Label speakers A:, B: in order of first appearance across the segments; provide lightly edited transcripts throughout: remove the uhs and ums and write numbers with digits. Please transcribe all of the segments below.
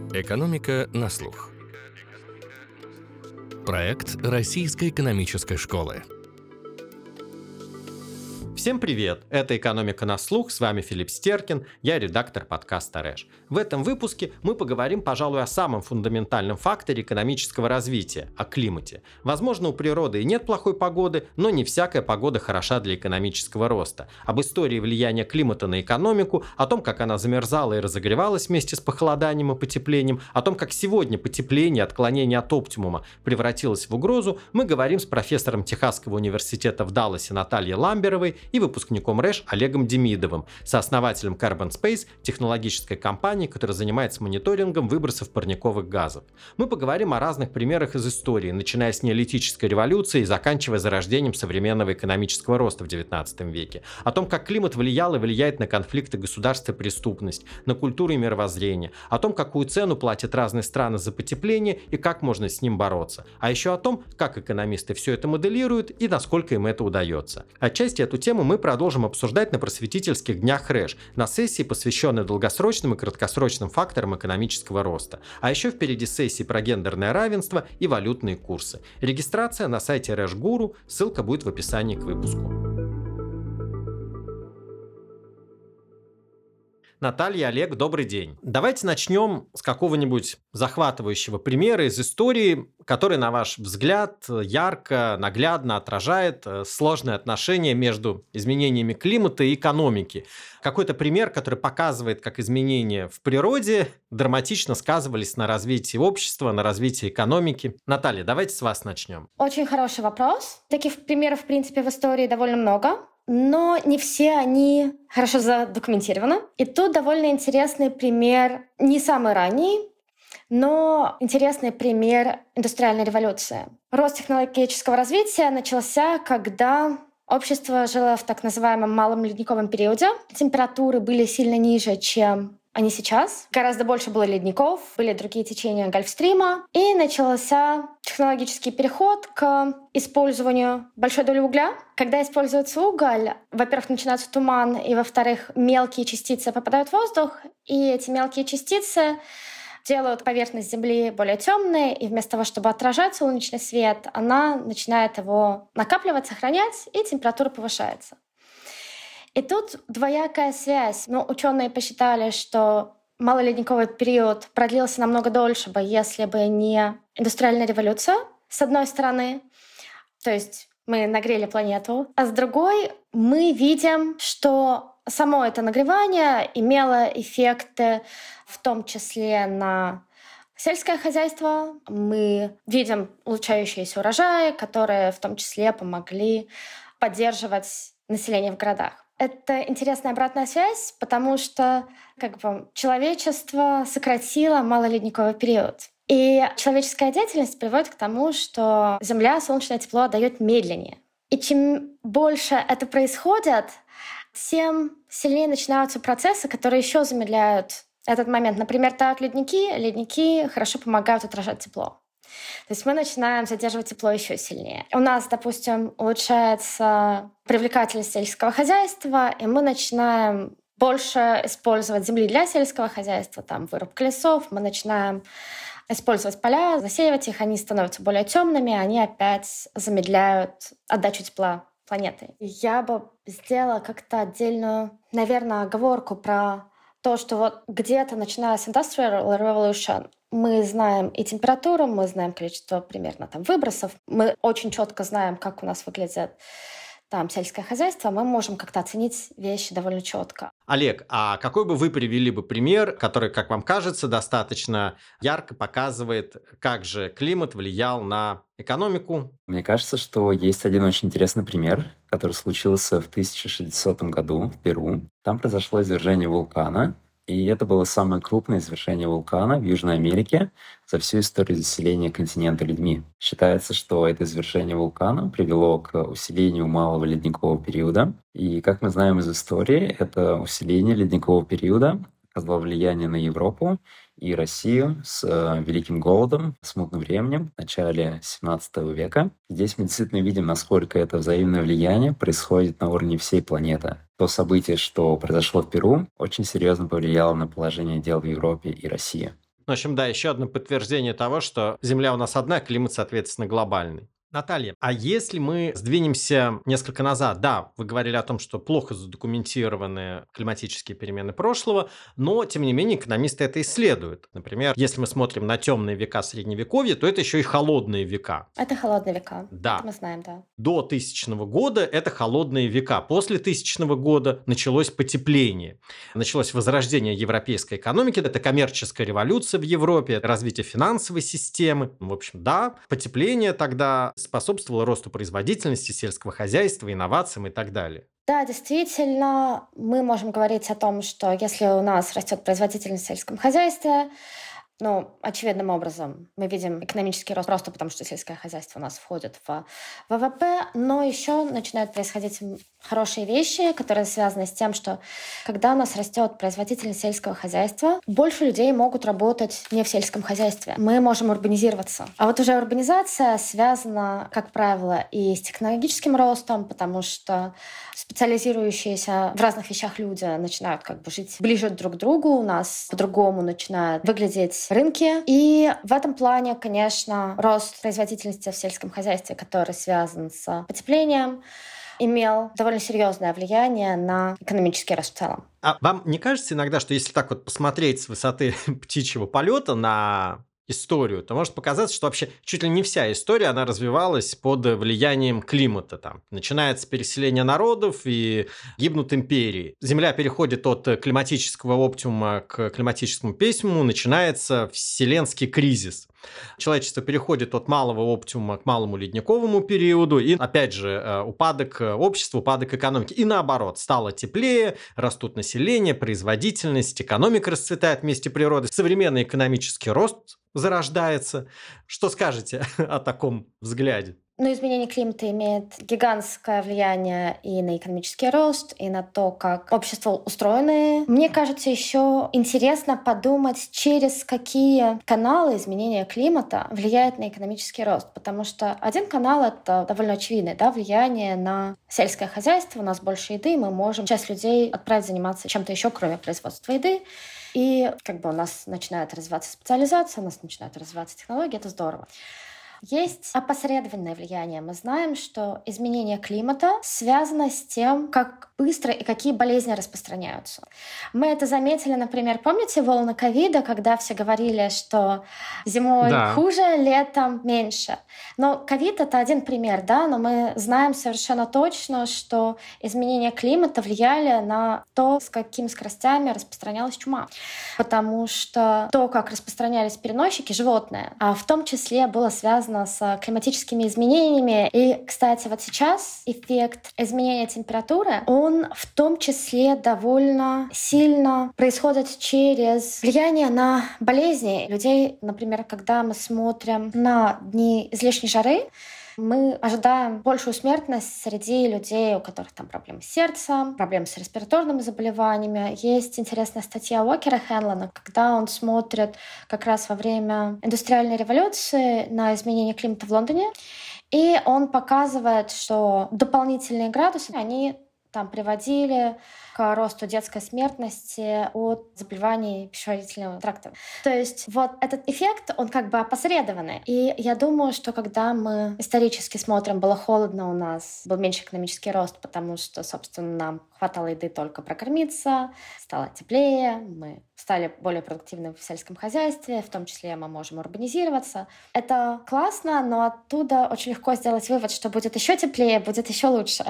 A: Экономика на слух. Проект Российской экономической школы.
B: Всем привет! Это «Экономика на слух», с вами Филипп Стеркин, я редактор подкаста «РЭШ». В этом выпуске мы поговорим, пожалуй, о самом фундаментальном факторе экономического развития – о климате. Возможно, у природы и нет плохой погоды, но не всякая погода хороша для экономического роста. Об истории влияния климата на экономику, о том, как она замерзала и разогревалась вместе с похолоданием и потеплением, о том, как сегодня потепление, отклонение от оптимума превратилось в угрозу, мы говорим с профессором Техасского университета в Далласе Натальей Ламберовой и выпускником РЭШ Олегом Демидовым, сооснователем Carbon Space, технологической компании, которая занимается мониторингом выбросов парниковых газов. Мы поговорим о разных примерах из истории, начиная с неолитической революции и заканчивая зарождением современного экономического роста в XIX веке, о том, как климат влиял и влияет на конфликты государства и преступность, на культуру и мировоззрение, о том, какую цену платят разные страны за потепление и как можно с ним бороться, а еще о том, как экономисты все это моделируют и насколько им это удается. Отчасти эту тему мы продолжим обсуждать на просветительских днях РЭШ, на сессии, посвященной долгосрочным и краткосрочным факторам экономического роста. А еще впереди сессии про гендерное равенство и валютные курсы. Регистрация на сайте РЭШ-Гуру, ссылка будет в описании к выпуску. Наталья, Олег, добрый день. Давайте начнем с какого-нибудь захватывающего примера из истории, который, на ваш взгляд, ярко, наглядно отражает сложные отношения между изменениями климата и экономики. Какой-то пример, который показывает, как изменения в природе драматично сказывались на развитии общества, на развитии экономики. Наталья, давайте с вас начнем.
C: Очень хороший вопрос. Таких примеров, в принципе, в истории довольно много. Но не все они хорошо задокументированы. И тут довольно интересный пример, не самый ранний, но интересный пример индустриальной революции. Рост технологического развития начался, когда общество жило в так называемом малом ледниковом периоде. Температуры были сильно ниже, чем они сейчас. Гораздо больше было ледников, были другие течения Гольфстрима. И начался технологический переход к использованию большой доли угля. Когда используется уголь, во-первых, начинается туман, и, во-вторых, мелкие частицы попадают в воздух, и эти мелкие частицы делают поверхность Земли более темной, и вместо того, чтобы отражать солнечный свет, она начинает его накапливать, сохранять, и температура повышается. И тут двоякая связь. Ученые посчитали, что малоледниковый период продлился намного дольше бы, если бы не индустриальная революция, с одной стороны. То есть мы нагрели планету. А с другой мы видим, что само это нагревание имело эффекты в том числе на сельское хозяйство. Мы видим улучшающиеся урожаи, которые в том числе помогли поддерживать население в городах. Это интересная обратная связь, потому что человечество сократило малоледниковый период. И человеческая деятельность приводит к тому, что Земля солнечное тепло отдает медленнее. И чем больше это происходит, тем сильнее начинаются процессы, которые еще замедляют этот момент. Например, так ледники хорошо помогают отражать тепло. То есть мы начинаем задерживать тепло еще сильнее. У нас, допустим, улучшается привлекательность сельского хозяйства, и мы начинаем больше использовать земли для сельского хозяйства, вырубка лесов, мы начинаем использовать поля, засеивать их, они становятся более темными, они опять замедляют отдачу тепла планеты. Я бы сделала как-то отдельную, наверное, оговорку про то, что где-то, начиная с Industrial Revolution, мы знаем и температуру, мы знаем количество примерно выбросов, мы очень четко знаем, как у нас выглядит сельское хозяйство, мы можем как-то оценить вещи довольно четко.
B: Олег, а какой бы вы привели пример, который, как вам кажется, достаточно ярко показывает, как же климат влиял на экономику?
D: Мне кажется, что есть один очень интересный пример, который случился в 1600 году в Перу. Там произошло извержение вулкана, и это было самое крупное извержение вулкана в Южной Америке за всю историю заселения континента людьми. Считается, что это извержение вулкана привело к усилению малого ледникового периода. И, как мы знаем из истории, это усиление ледникового периода оказало влияние на Европу и Россию с Великим голодом, смутным временем в начале 17 века. Здесь мы действительно видим, насколько это взаимное влияние происходит на уровне всей планеты. То событие, что произошло в Перу, очень серьезно повлияло на положение дел в Европе и России.
B: В общем, да, еще одно подтверждение того, что Земля у нас одна, климат, соответственно, глобальный. Наталья, а если мы сдвинемся несколько назад, да, вы говорили о том, что плохо задокументированы климатические перемены прошлого, но, тем не менее, экономисты это исследуют. Например, если мы смотрим на темные века Средневековья, то это еще и холодные века.
C: Это холодные века.
B: Да.
C: Это мы знаем, да.
B: До 1000 года это холодные века. После 1000 года началось потепление. Началось возрождение европейской экономики. Это коммерческая революция в Европе, развитие финансовой системы. В общем, да, потепление тогда способствовало росту производительности сельского хозяйства, инновациям и так далее.
C: Да, действительно, мы можем говорить о том, что если у нас растет производительность в сельском хозяйстве, очевидным образом мы видим экономический рост просто потому, что сельское хозяйство у нас входит в ВВП, но еще начинают происходить хорошие вещи, которые связаны с тем, что когда у нас растет производительность сельского хозяйства, больше людей могут работать не в сельском хозяйстве. Мы можем урбанизироваться. А вот уже урбанизация связана, как правило, и с технологическим ростом, потому что специализирующиеся в разных вещах люди начинают жить ближе друг к другу, у нас по-другому начинают выглядеть рынки. И в этом плане, конечно, рост производительности в сельском хозяйстве, который связан с потеплением, имел довольно серьезное влияние на экономический рост в целом.
B: А вам не кажется иногда, что если так вот посмотреть с высоты птичьего полета на историю, то может показаться, что вообще чуть ли не вся история, она развивалась под влиянием климата. Там начинается переселение народов и гибнут империи. Земля переходит от климатического оптимума к климатическому пессимуму, начинается вселенский кризис. Человечество переходит от малого оптимума к малому ледниковому периоду, и, опять же, упадок общества, упадок экономики. И наоборот, стало теплее, растут население, производительность, экономика расцветает вместе природы, современный экономический рост зарождается. Что скажете о таком взгляде?
C: Изменение климата имеет гигантское влияние и на экономический рост, и на то, как общество устроено. Мне кажется, еще интересно подумать, через какие каналы изменения климата влияет на экономический рост. Потому что один канал — это довольно очевидное, влияние на сельское хозяйство. У нас больше еды, мы можем часть людей отправить заниматься чем-то еще, кроме производства еды. И у нас начинает развиваться специализация, у нас начинают развиваться технологии, это здорово. Есть опосредованное влияние. Мы знаем, что изменение климата связано с тем, как быстро и какие болезни распространяются. Мы это заметили, например, помните волны ковида, когда все говорили, что зимой хуже, летом меньше. Но ковид — это один пример, но мы знаем совершенно точно, что изменения климата влияли на то, с какими скоростями распространялась чума. Потому что то, как распространялись переносчики, животные, а в том числе было связано с климатическими изменениями. И, кстати, вот сейчас эффект изменения температуры, он в том числе довольно сильно происходит через влияние на болезни людей. Например, когда мы смотрим на дни излишней жары, мы ожидаем большую смертность среди людей, у которых там проблемы с сердцем, проблемы с респираторными заболеваниями. Есть интересная статья Уокера Хенлона, когда он смотрит как раз во время индустриальной революции на изменение климата в Лондоне. И он показывает, что дополнительные градусы, они там приводили к росту детской смертности от заболеваний пищеварительного тракта. То есть вот этот эффект, он опосредованный. И я думаю, что когда мы исторически смотрим, было холодно у нас, был меньше экономический рост, потому что, собственно, нам хватало еды только прокормиться, стало теплее, мы стали более продуктивны в сельском хозяйстве, в том числе мы можем урбанизироваться. Это классно, но оттуда очень легко сделать вывод, что будет еще теплее, будет еще лучше.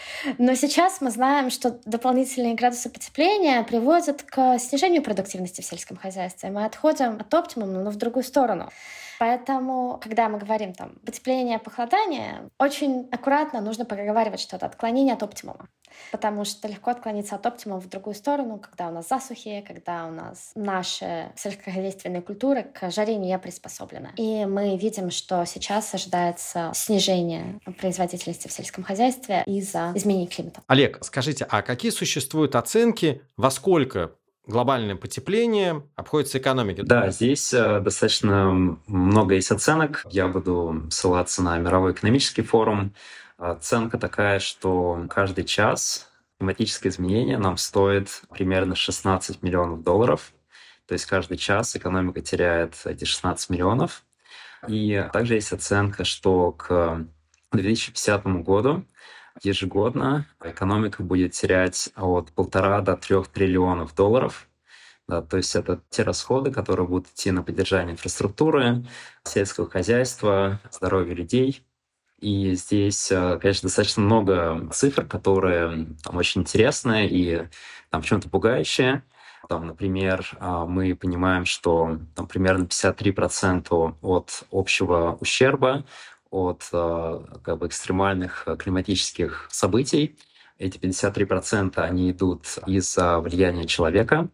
C: Но сейчас мы знаем, что дополнительные градусы потепления приводят к снижению продуктивности в сельском хозяйстве. Мы отходим от оптимума, но в другую сторону. Поэтому, когда мы говорим потепление, похолодание, очень аккуратно нужно проговаривать что-то, отклонение от оптимума. Потому что легко отклониться от оптимума в другую сторону, когда у нас засухи, когда у нас наши сельскохозяйственные культуры к жаре не приспособлены. И мы видим, что сейчас ожидается снижение производительности в сельском хозяйстве из-за изменений климата.
B: Олег, скажите, а какие существуют оценки, во сколько глобальное потепление обходится экономике?
D: Да, здесь достаточно много есть оценок. Я буду ссылаться на Мировой экономический форум. Оценка такая, что каждый час климатическое изменение нам стоит примерно $16 миллионов. То есть каждый час экономика теряет эти 16 миллионов. И также есть оценка, что к 2050 году ежегодно экономика будет терять от 1,5 до 3 триллионов долларов. Да, то есть это те расходы, которые будут идти на поддержание инфраструктуры, сельского хозяйства, здоровья людей. И здесь, конечно, достаточно много цифр, которые там очень интересные и там в чем-то пугающие. Там, например, мы понимаем, что там примерно 53% от общего ущерба от как бы экстремальных климатических событий, эти 53% они идут из-за влияния человека.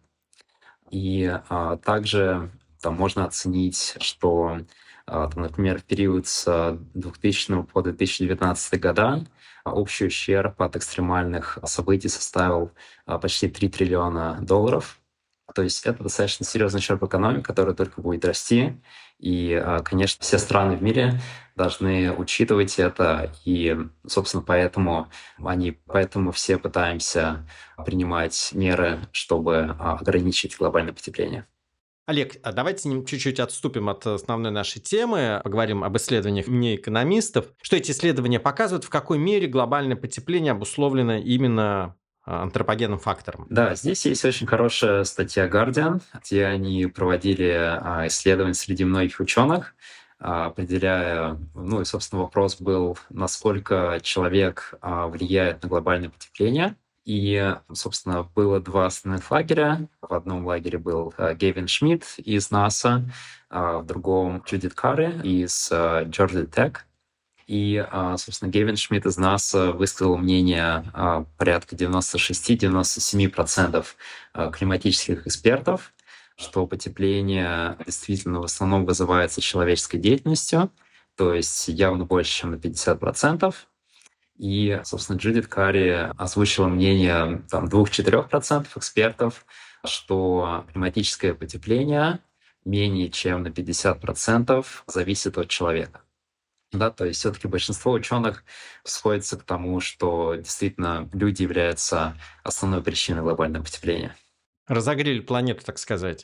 D: И также там можно оценить, что, там, например, в период с 2000 по 2019 года общий ущерб от экстремальных событий составил почти 3 триллиона долларов. То есть это достаточно серьезный ущерб экономики, который только будет расти. И, конечно, все страны в мире должны учитывать это. И, собственно, поэтому все пытаемся принимать меры, чтобы ограничить глобальное потепление.
B: Олег, а давайте чуть-чуть отступим от основной нашей темы, поговорим об исследованиях экономистов. Что эти исследования показывают, в какой мере глобальное потепление обусловлено именно антропогенным фактором?
D: Да, здесь есть очень хорошая статья Guardian, где они проводили исследования среди многих ученых, определяя, и, собственно, вопрос был, насколько человек влияет на глобальное потепление. И, собственно, было два основных лагеря. В одном лагере был Гевин Шмидт из НАСА, в другом Джудит Карри из Georgia Tech. И, собственно, Гевин Шмидт из НАСА высказал мнение порядка 96-97% климатических экспертов, что потепление действительно в основном вызывается человеческой деятельностью, то есть явно больше, чем на 50%. И, собственно, Джудит Карри озвучила мнение 2-4% экспертов, что климатическое потепление менее чем на 50% зависит от человека. Да, то есть все-таки большинство ученых сходится к тому, что действительно люди являются основной причиной глобального потепления.
B: Разогрели планету, так сказать.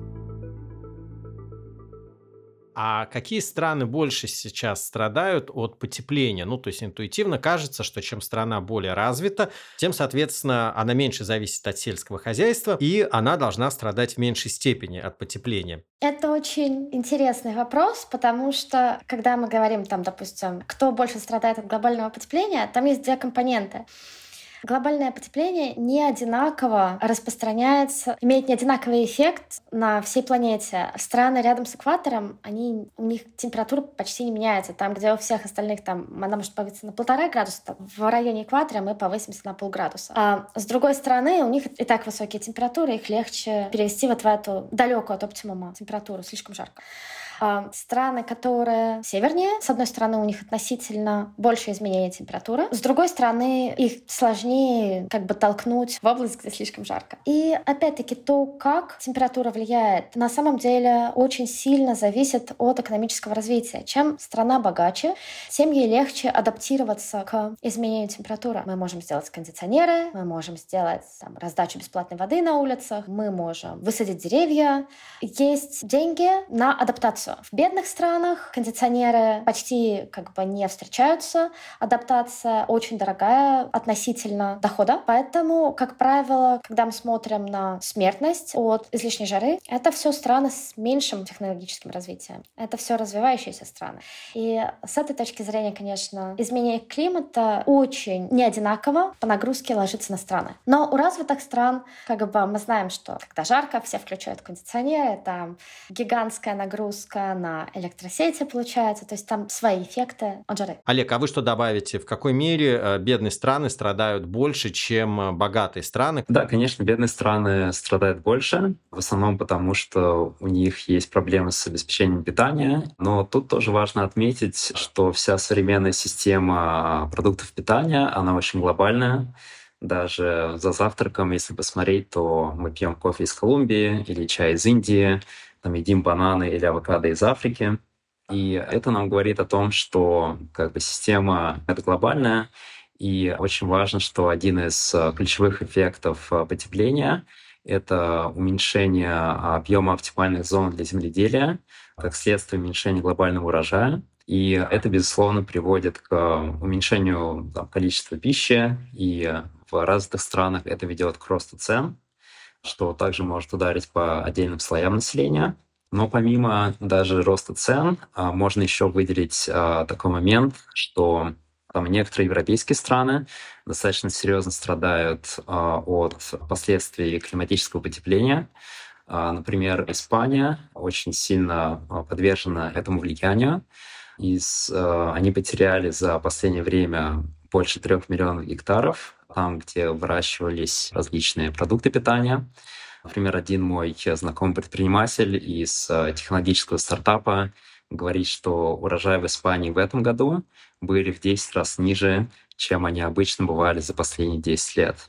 B: А какие страны больше сейчас страдают от потепления? То есть интуитивно кажется, что чем страна более развита, тем, соответственно, она меньше зависит от сельского хозяйства, и она должна страдать в меньшей степени от потепления.
C: Это очень интересный вопрос, потому что, когда мы говорим, допустим, кто больше страдает от глобального потепления, там есть две компоненты. Глобальное потепление не одинаково распространяется, имеет не одинаковый эффект на всей планете. Страны рядом с экватором, у них температура почти не меняется. Там, где у всех остальных она может повыситься на 1,5 градуса, в районе экватора мы повысимся на 0,5 градуса. А с другой стороны, у них и так высокие температуры, их легче перевести в эту далекую от оптимума температуру, слишком жарко. Страны, которые севернее, с одной стороны, у них относительно больше изменения температуры, с другой стороны, их сложнее толкнуть в область, где слишком жарко. И опять-таки то, как температура влияет, на самом деле очень сильно зависит от экономического развития. Чем страна богаче, тем ей легче адаптироваться к изменению температуры. Мы можем сделать кондиционеры, мы можем сделать раздачу бесплатной воды на улицах, мы можем высадить деревья. Есть деньги на адаптацию. В бедных странах кондиционеры почти не встречаются. Адаптация очень дорогая относительно дохода. Поэтому, как правило, когда мы смотрим на смертность от излишней жары, это все страны с меньшим технологическим развитием. Это все развивающиеся страны. И с этой точки зрения, конечно, изменение климата очень неодинаково по нагрузке ложится на страны. Но у развитых стран, мы знаем, что когда жарко, все включают кондиционеры, там гигантская нагрузка на электросети получается, то есть там свои эффекты от жары.
B: Олег, а вы что добавите? В какой мере бедные страны страдают больше, чем богатые страны?
D: Да, конечно, бедные страны страдают больше, в основном потому, что у них есть проблемы с обеспечением питания, но тут тоже важно отметить, что вся современная система продуктов питания, она очень глобальная. Даже за завтраком, если посмотреть, то мы пьем кофе из Колумбии или чай из Индии, едим бананы или авокадо из Африки. И это нам говорит о том, что система это глобальная, и очень важно, что один из ключевых эффектов потепления это уменьшение объема оптимальных зон для земледелия, как следствие уменьшения глобального урожая. И это, безусловно, приводит к уменьшению количества пищи, и в развитых странах это ведет к росту цен, что также может ударить по отдельным слоям населения. Но помимо даже роста цен, можно еще выделить такой момент, что некоторые европейские страны достаточно серьезно страдают от последствий климатического потепления. Например, Испания очень сильно подвержена этому влиянию. Они потеряли за последнее время больше 3 миллионов гектаров, там, где выращивались различные продукты питания. Например, один мой знакомый предприниматель из технологического стартапа говорит, что урожаи в Испании в этом году были в 10 раз ниже, чем они обычно бывали за последние 10 лет.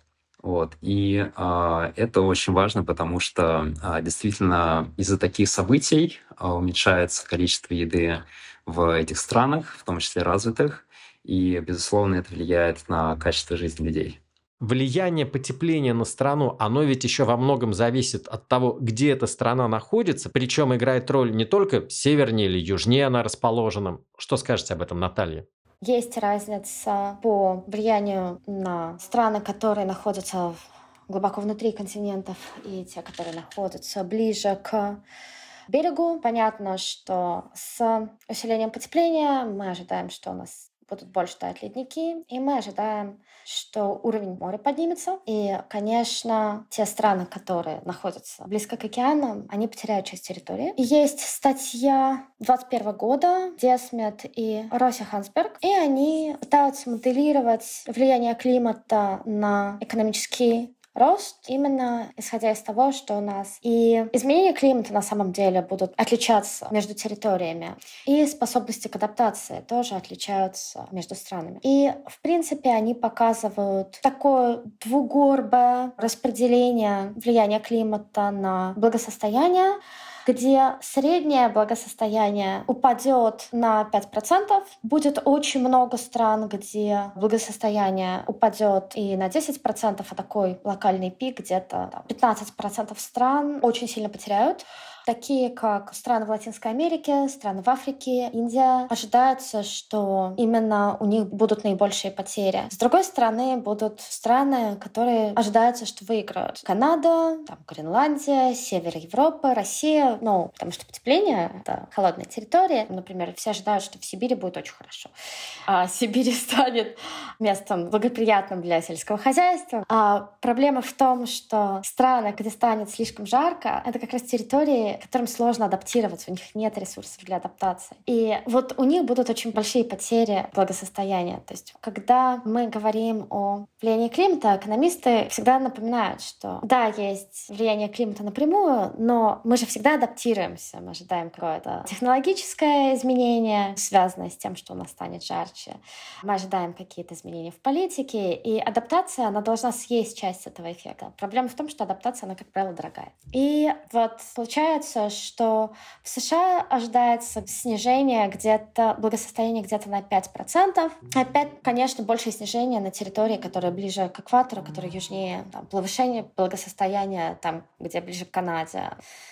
D: И это очень важно, потому что действительно из-за таких событий уменьшается количество еды в этих странах, в том числе развитых, и, безусловно, это влияет на качество жизни людей.
B: Влияние потепления на страну, оно ведь еще во многом зависит от того, где эта страна находится, причем играет роль не только севернее или южнее она расположена. Что скажете об этом, Наталья?
C: Есть разница по влиянию на страны, которые находятся глубоко внутри континентов, и те, которые находятся ближе к берегу. Понятно, что с усилением потепления мы ожидаем, что у нас будут больше таять ледники, и мы ожидаем, что уровень моря поднимется. И, конечно, те страны, которые находятся близко к океану, они потеряют часть территории. И есть статья 2021 года Десмет и Росси Хансберг, и они пытаются моделировать влияние климата на экономический рост, именно исходя из того, что у нас и изменения климата на самом деле будут отличаться между территориями, и способности к адаптации тоже отличаются между странами. И, в принципе, они показывают такое двугорбое распределение влияния климата на благосостояние, где среднее благосостояние упадет на 5%. Будет очень много стран, где благосостояние упадет и на 10%, а такой локальный пик где-то 15% стран очень сильно потеряют. Такие как страны в Латинской Америке, страны в Африке, Индия. Ожидается, что именно у них будут наибольшие потери. С другой стороны, будут страны, которые ожидается, что выиграют. Канада, Гренландия, север Европы, Россия. Потому что потепление — это холодная территория. Например, все ожидают, что в Сибири будет очень хорошо. А Сибирь станет местом благоприятным для сельского хозяйства. А проблема в том, что страны, где станет слишком жарко, это как раз территории, которым сложно адаптироваться, у них нет ресурсов для адаптации. И у них будут очень большие потери благосостояния. То есть, когда мы говорим о влиянии климата, экономисты всегда напоминают, что да, есть влияние климата напрямую, но мы же всегда адаптируемся, мы ожидаем какое-то технологическое изменение, связанное с тем, что у нас станет жарче. Мы ожидаем какие-то изменения в политике, и адаптация, она должна съесть часть этого эффекта. Проблема в том, что адаптация, она, как правило, дорогая. И получается, что в США ожидается снижение благосостояния где-то на 5%. Опять, конечно, большее снижение на территории, которые ближе к экватору, которые южнее, повышение благосостояния там, где ближе к Канаде.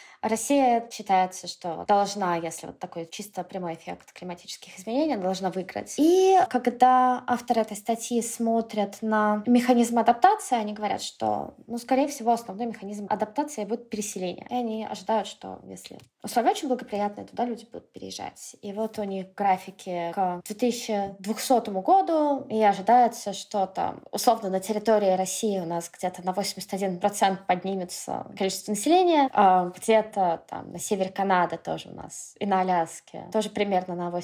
C: Россия считается, что должна, если такой чисто прямой эффект климатических изменений, должна выиграть. И когда авторы этой статьи смотрят на механизм адаптации, они говорят, что, скорее всего, основной механизм адаптации будет переселение. И они ожидают, что если условия очень благоприятные, туда люди будут переезжать. И у них графики к 2200 году, и ожидается, что там, условно, на территории России у нас где-то на 81% поднимется количество населения, а где-то на севере Канады тоже у нас, и на Аляске тоже примерно на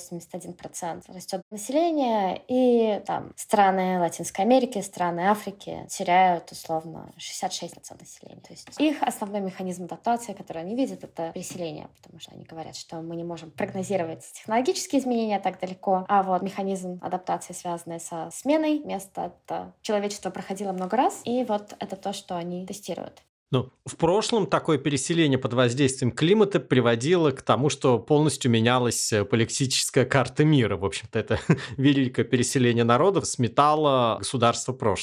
C: 81% растет население, и страны Латинской Америки, страны Африки теряют условно 66% населения. То есть их основной механизм адаптации, который они видят, это переселение, потому что они говорят, что мы не можем прогнозировать технологические изменения так далеко, а механизм адаптации, связанный со сменой места, это человечество проходило много раз, и это то, что они тестируют.
B: В прошлом такое переселение под воздействием климата приводило к тому, что полностью менялась политическая карта мира. В общем-то, это великое переселение народов сметало государство прошлого.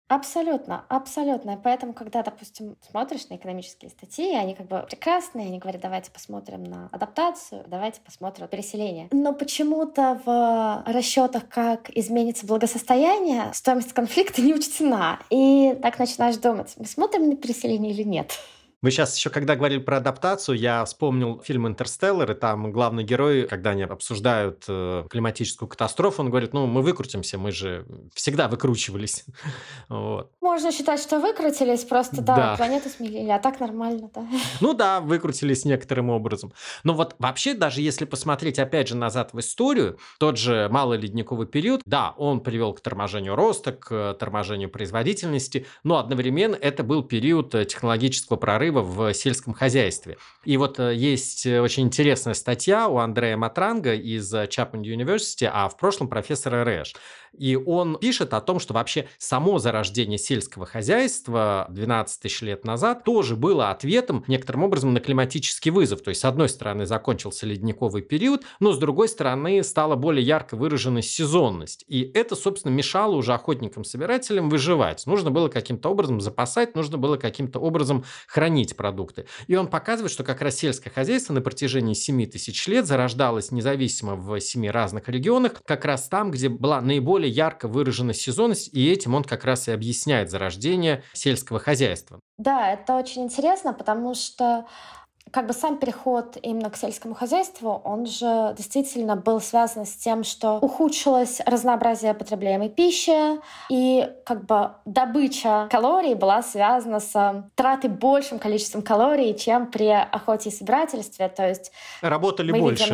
C: Абсолютно, абсолютно. Поэтому, когда, допустим, смотришь на экономические статьи, они как бы прекрасные, они говорят, давайте посмотрим на адаптацию, давайте посмотрим на переселение. Но почему-то в расчетах, как изменится благосостояние, стоимость конфликта не учтена. И так начинаешь думать, мы смотрим на переселение или нет?
B: Вы сейчас еще, когда говорили про адаптацию, я вспомнил фильм «Интерстеллар», и там главный герой, когда они обсуждают климатическую катастрофу, он говорит, мы выкрутимся, мы же всегда выкручивались. Вот.
C: Можно считать, что выкрутились, просто, да, планету сменили, а так нормально, да.
B: Ну да, выкрутились некоторым образом. Но вот вообще, даже если посмотреть опять же назад в историю, тот же малый ледниковый период, да, он привел к торможению роста, к торможению производительности, но одновременно это был период технологического прорыва в сельском хозяйстве. И вот есть очень интересная статья у Андрея Матранга из Chapman University, а в прошлом профессора Рэш. И он пишет о том, что вообще само зарождение сельского хозяйства 12 тысяч лет назад тоже было ответом некоторым образом на климатический вызов. То есть, с одной стороны, закончился ледниковый период, но с другой стороны, стала более ярко выражена сезонность. И это, собственно, мешало уже охотникам-собирателям выживать. Нужно было каким-то образом запасать, нужно было каким-то образом хранить продукты. И он показывает, что как раз сельское хозяйство на протяжении 7 тысяч лет зарождалось независимо в 7 разных регионах, как раз там, где была наиболее ярко выражена сезонность, и этим он как раз и объясняет зарождение сельского хозяйства.
C: Да, это очень интересно, потому что как бы сам переход именно к сельскому хозяйству, он же действительно был связан с тем, что ухудшилось разнообразие потребляемой пищи, и как бы добыча калорий была связана с тратой большим количеством калорий, чем при охоте и собирательстве. То есть
B: работали больше.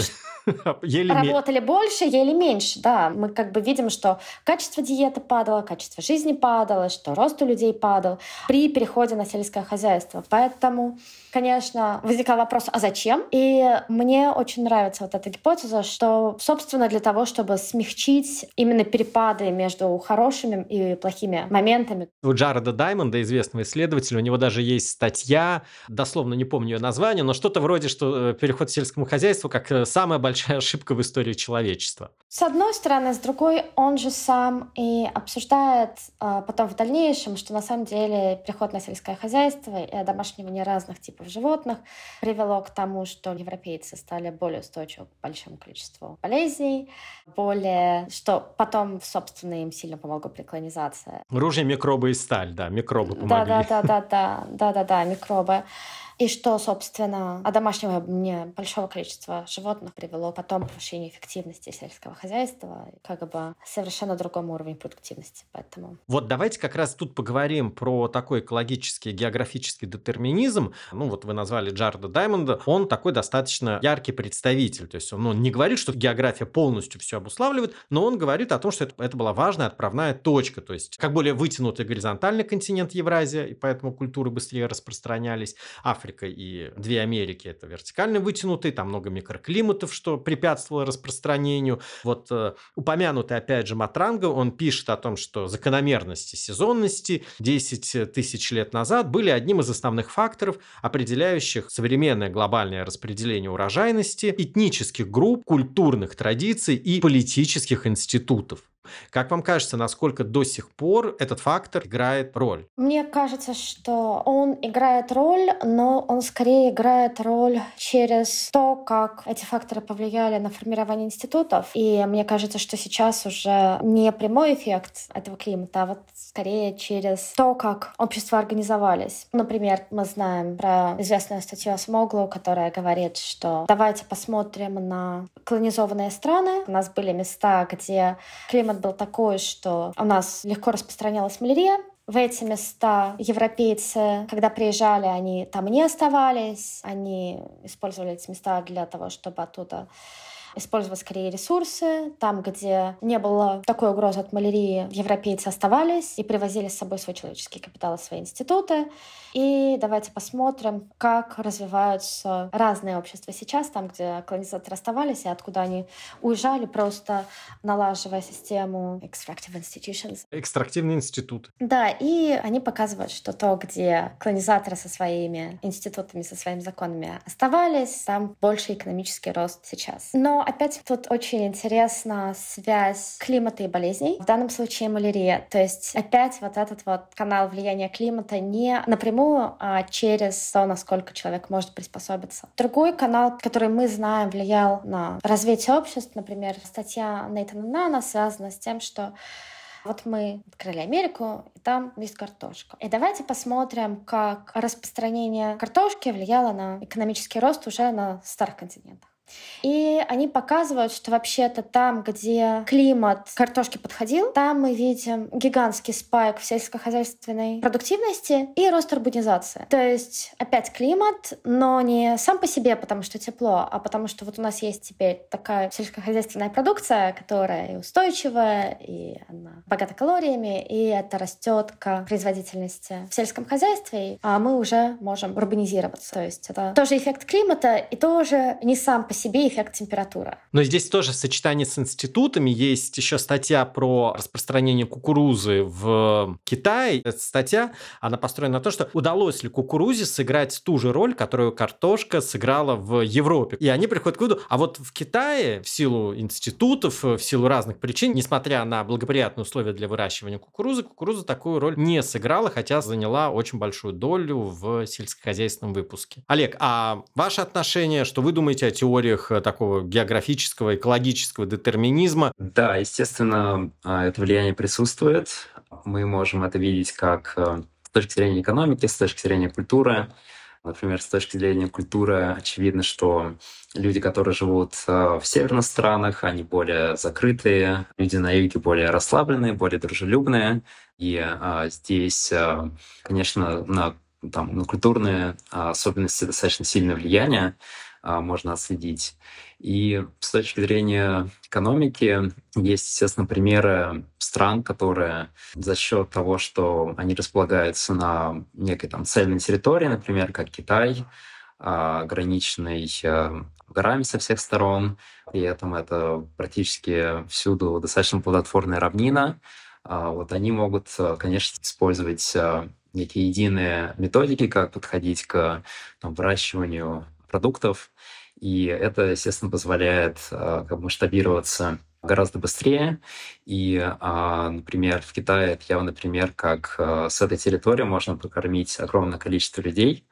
C: Работали больше, ели меньше, да. Мы как бы видим, что качество диеты падало, качество жизни падало, что рост у людей падал при переходе на сельское хозяйство. Поэтому, конечно, возникал вопрос, а зачем? И мне очень нравится вот эта гипотеза, что, собственно, для того, чтобы смягчить именно перепады между хорошими и плохими моментами.
B: У Джареда Даймонда, известного исследователя, у него даже есть статья, дословно не помню ее название, но что-то вроде, что переход к сельскому хозяйству как самая большая ошибка в истории человечества.
C: С одной стороны, с другой, он же сам и обсуждает потом в дальнейшем, что на самом деле переход на сельское хозяйство и одомашнивание разных типов животных привело к тому, что европейцы стали более устойчивы к большому количеству болезней, что потом, собственно, им сильно помогла колонизация.
B: Оружие, микробы и сталь, да, микробы помогли.
C: Да, микробы. И что, собственно, одомашнивание большого количества животных привело потом к повышению эффективности сельского хозяйства, как бы совершенно другому уровню продуктивности. Поэтому...
B: Вот давайте как раз тут поговорим про такой экологический географический детерминизм. Вот вы назвали Джареда Даймонда. Он такой достаточно яркий представитель. То есть он не говорит, что география полностью все обуславливает, но он говорит о том, что это была важная отправная точка. То есть как более вытянутый горизонтальный континент Евразия, и поэтому культуры быстрее распространялись. Африка и две Америки – это вертикально вытянутые, там много микроклиматов, что препятствовало распространению. Вот упомянутый, опять же, Матранга, он пишет о том, что закономерности сезонности 10 тысяч лет назад были одним из основных факторов, определяющих современное глобальное распределение урожайности, этнических групп, культурных традиций и политических институтов. Как вам кажется, насколько до сих пор этот фактор играет роль?
C: Мне кажется, что он играет роль, но он скорее играет роль через то, как эти факторы повлияли на формирование институтов. И мне кажется, что сейчас уже не прямой эффект этого климата, а вот скорее через то, как общества организовались. Например, мы знаем про известную статью Асмоглу, которая говорит, что давайте посмотрим на колонизованные страны. У нас были места, где климат был такой, что у нас легко распространялась малярия. В эти места европейцы, когда приезжали, они там не оставались. Они использовали эти места для того, чтобы оттуда использовать скорее ресурсы. Там, где не было такой угрозы от малярии, европейцы оставались и привозили с собой свой человеческий капитал, свои институты. И давайте посмотрим, как развиваются разные общества сейчас, там, где колонизаторы оставались и откуда они уезжали, просто налаживая систему extractive institutions.
B: Экстрактивный институт.
C: Да, и они показывают, что то, где колонизаторы со своими институтами, со своими законами оставались, там больше экономический рост сейчас. Но Но опять тут очень интересна связь климата и болезней. В данном случае малярия. То есть опять вот этот вот канал влияния климата не напрямую, а через то, насколько человек может приспособиться. Другой канал, который мы знаем, влиял на развитие обществ, например, статья Нейтана Нана связана с тем, что вот мы открыли Америку, и там есть картошка. И давайте посмотрим, как распространение картошки влияло на экономический рост уже на старых континентах. И они показывают, что вообще-то там, где климат картошки подходил, там мы видим гигантский спайк в сельскохозяйственной продуктивности и рост урбанизации. То есть опять климат, но не сам по себе, потому что тепло, а потому что вот у нас есть теперь такая сельскохозяйственная продукция, которая и устойчивая, и она богата калориями, и это растет к производительности в сельском хозяйстве, а мы уже можем урбанизироваться. То есть это тоже эффект климата и тоже не сам по себе эффект температуры.
B: Но здесь тоже в сочетании с институтами есть еще статья про распространение кукурузы в Китае. Эта статья, она построена на том, что удалось ли кукурузе сыграть ту же роль, которую картошка сыграла в Европе. И они приходят к выводу, а вот в Китае в силу институтов, в силу разных причин, несмотря на благоприятные условия для выращивания кукуруза такую роль не сыграла, хотя заняла очень большую долю в сельскохозяйственном выпуске. Олег, а ваше отношение, что вы думаете о теориях такого географического, экологического детерминизма?
D: Да, естественно, это влияние присутствует. Мы можем это видеть как с точки зрения экономики, с точки зрения культуры. Например, с точки зрения культуры очевидно, что люди, которые живут в северных странах, они более закрытые, люди на юге более расслабленные, более дружелюбные. И здесь, конечно, на культурные особенности достаточно сильное влияние можно отследить. И с точки зрения экономики есть, естественно, примеры стран, которые за счет того, что они располагаются на некой цельной территории, например, как Китай, ограниченный горами со всех сторон, при этом это практически всюду достаточно плодотворная равнина. Вот они могут, конечно, использовать некие единые методики, как подходить к выращиванию продуктов, и это, естественно, позволяет масштабироваться гораздо быстрее. И, например, в Китае это явный пример, как с этой территории можно прокормить огромное количество людей.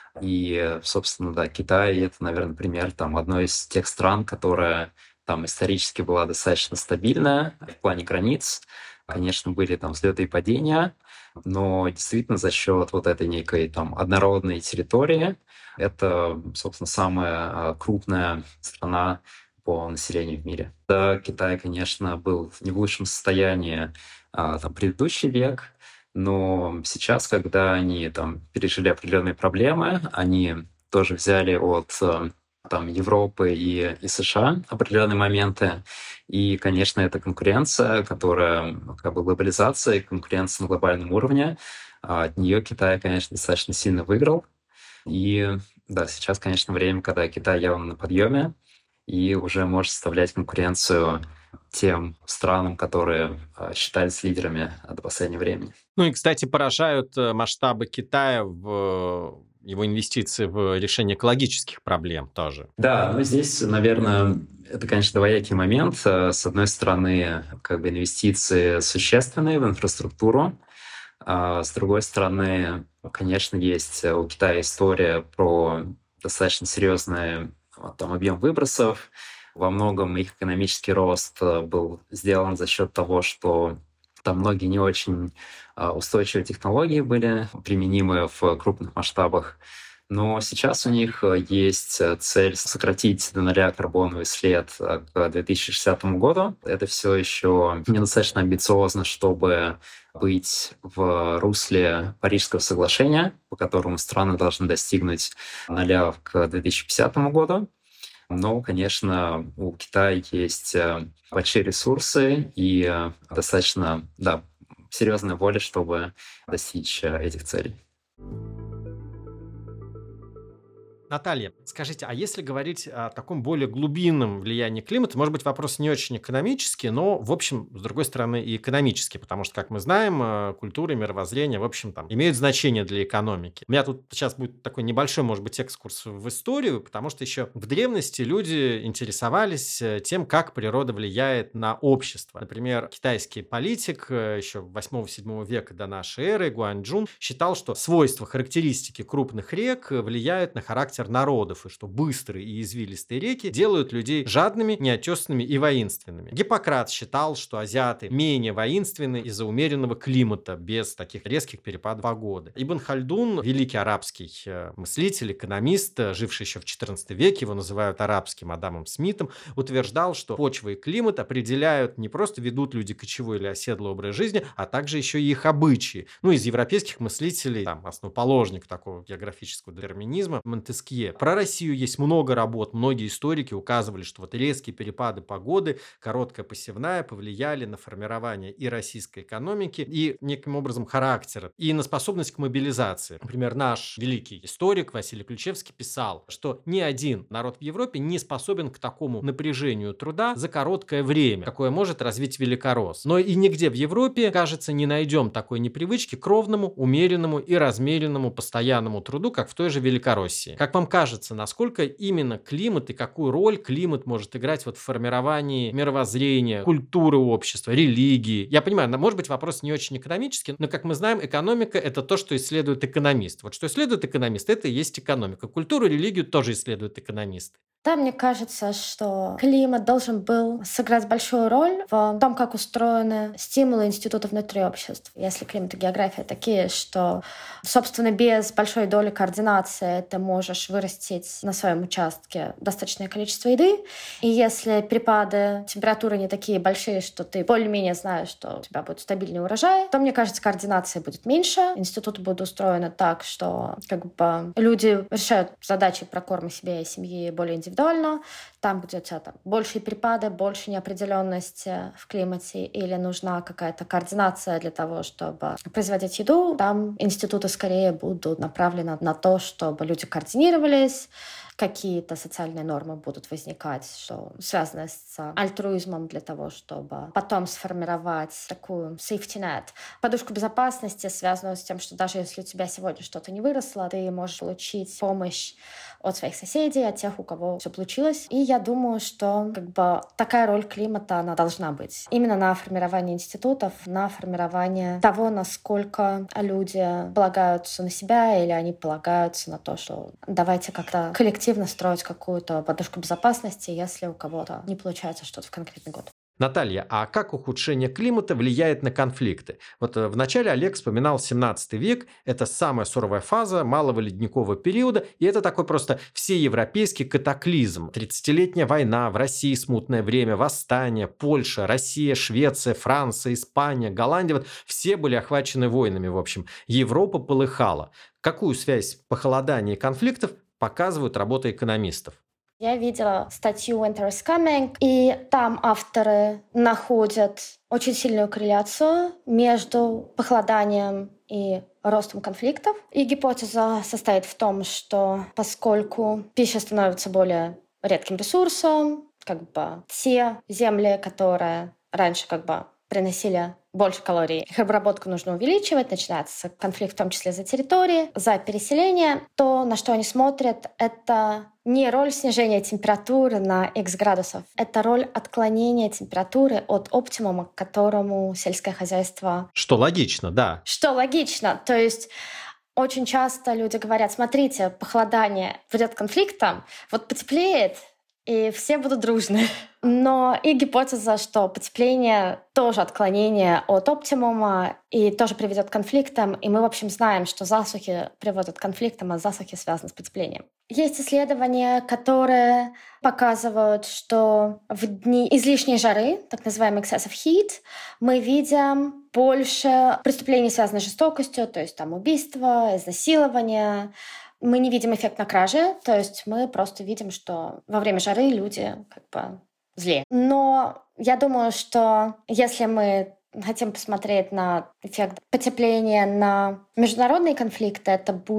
D: И, собственно, да, Китай — это, наверное, пример одной из тех стран, которая исторически была достаточно стабильная в плане границ. Конечно, были взлеты и падения, но действительно за счет вот этой некой однородной территории это, собственно, самая крупная страна по населению в мире. Да, Китай, конечно, был не в лучшем состоянии предыдущий век, но сейчас, когда они пережили определенные проблемы, они тоже взяли от Европы и США определенные моменты. И, конечно, это конкуренция, которая глобализация, конкуренция на глобальном уровне. От нее Китай, конечно, достаточно сильно выиграл. И да, сейчас, конечно, время, когда Китай явно на подъеме и уже может составлять конкуренцию тем странам, которые считались лидерами до последнего времени.
B: Ну и, кстати, поражают масштабы Китая в его инвестиции в решение экологических проблем тоже.
D: Да, но здесь, наверное, это, конечно, двоякий момент. С одной стороны, инвестиции существенные в инфраструктуру, а с другой стороны, конечно, есть у Китая история про достаточно серьезный объем выбросов. Во многом их экономический рост был сделан за счет того, что многие не очень устойчивые технологии были применимы в крупных масштабах. Но сейчас у них есть цель сократить до нуля карбоновый след к 2060 году. Это все еще недостаточно амбициозно, чтобы быть в русле Парижского соглашения, по которому страны должны достигнуть нуля к 2050 году. Но, конечно, у Китая есть большие ресурсы и достаточно серьезная воля, чтобы достичь этих целей.
B: Наталья, скажите, а если говорить о таком более глубинном влиянии климата, может быть, вопрос не очень экономический, но, в общем, с другой стороны, и экономический, потому что, как мы знаем, культура и мировоззрение, в общем, там, имеют значение для экономики. У меня тут сейчас будет такой небольшой, может быть, экскурс в историю, потому что еще в древности люди интересовались тем, как природа влияет на общество. Например, китайский политик еще 8-7 века до нашей эры, Гуанчжун, считал, что свойства, характеристики крупных рек влияют на характер народов, и что быстрые и извилистые реки делают людей жадными, неотесанными и воинственными. Гиппократ считал, что азиаты менее воинственны из-за умеренного климата, без таких резких перепадов погоды. Ибн Хальдун, великий арабский мыслитель, экономист, живший еще в XIV веке, его называют арабским Адамом Смитом, утверждал, что почва и климат определяют, не просто ведут люди кочевой или оседлый образ жизни, а также еще и их обычаи. Из европейских мыслителей, основоположник такого географического детерминизма, Монтескье. Про Россию есть много работ, многие историки указывали, что резкие перепады погоды, короткая посевная повлияли на формирование и российской экономики, и неким образом характера, и на способность к мобилизации. Например, наш великий историк Василий Ключевский писал, что ни один народ в Европе не способен к такому напряжению труда за короткое время, какое может развить великоросс. Но и нигде в Европе, кажется, не найдем такой непривычки к ровному, умеренному и размеренному постоянному труду, как в той же Великороссии. Как вам кажется, насколько именно климат и какую роль климат может играть в формировании мировоззрения, культуры общества, религии? Я понимаю, может быть, вопрос не очень экономический, но, как мы знаем, экономика – это то, что исследует экономист. Вот что исследует экономист – это и есть экономика. Культуру, религию тоже исследуют экономисты.
C: Да, мне кажется, что климат должен был сыграть большую роль в том, как устроены стимулы институтов внутри обществ. Если климат и география такие, что, собственно, без большой доли координации ты можешь вырастить на своем участке достаточное количество еды, и если перепады температуры не такие большие, что ты более-менее знаешь, что у тебя будет стабильный урожай, то, мне кажется, координации будет меньше, институты будут устроены так, что люди решают задачи прокорма себе и семьи более индивидуально, там, где у тебя большие перепады, больше неопределенности в климате или нужна какая-то координация для того, чтобы производить еду, там институты скорее будут направлены на то, чтобы люди координировались, какие-то социальные нормы будут возникать, что связано с альтруизмом для того, чтобы потом сформировать такую safety net, подушку безопасности, связанную с тем, что даже если у тебя сегодня что-то не выросло, ты можешь получить помощь от своих соседей, от тех, у кого все получилось. И я думаю, что такая роль климата, она должна быть. Именно на формирование институтов, на формирование того, насколько люди полагаются на себя или они полагаются на то, что давайте как-то коллективно строить какую-то подушку безопасности, если у кого-то не получается что-то в конкретный год.
B: Наталья, а как ухудшение климата влияет на конфликты? Вот вначале Олег вспоминал 17 век, это самая суровая фаза малого ледникового периода, и это такой просто всеевропейский катаклизм. 30-летняя война, в России смутное время, восстание, Польша, Россия, Швеция, Франция, Испания, Голландия, вот все были охвачены войнами, в общем. Европа полыхала. Какую связь похолодания и конфликтов показывают работы экономистов?
C: Я видела статью Winter is Coming, и там авторы находят очень сильную корреляцию между похолоданием и ростом конфликтов. И гипотеза состоит в том, что поскольку пища становится более редким ресурсом, те земли, которые раньше приносили больше калорий, их обработку нужно увеличивать, начинается конфликт в том числе за территории, за переселение. То, на что они смотрят, это не роль снижения температуры на X градусов, это роль отклонения температуры от оптимума, к которому сельское хозяйство...
B: Что логично, да.
C: Что логично. То есть очень часто люди говорят, смотрите, похолодание ведет к конфликтам, вот потеплеет, и все будут дружны. Но и гипотеза, что потепление тоже отклонение от оптимума и тоже приведет к конфликтам. И мы, в общем, знаем, что засухи приводят к конфликтам, а засухи связаны с потеплением. Есть исследования, которые показывают, что в дни излишней жары, так называемый excessive heat, мы видим больше преступлений, связанных с жестокостью, то есть убийства, изнасилования. Мы не видим эффект на краже, то есть мы просто видим, что во время жары люди злее. Но я думаю, что если мы хотим посмотреть на эффект потепления на международные конфликты, это будет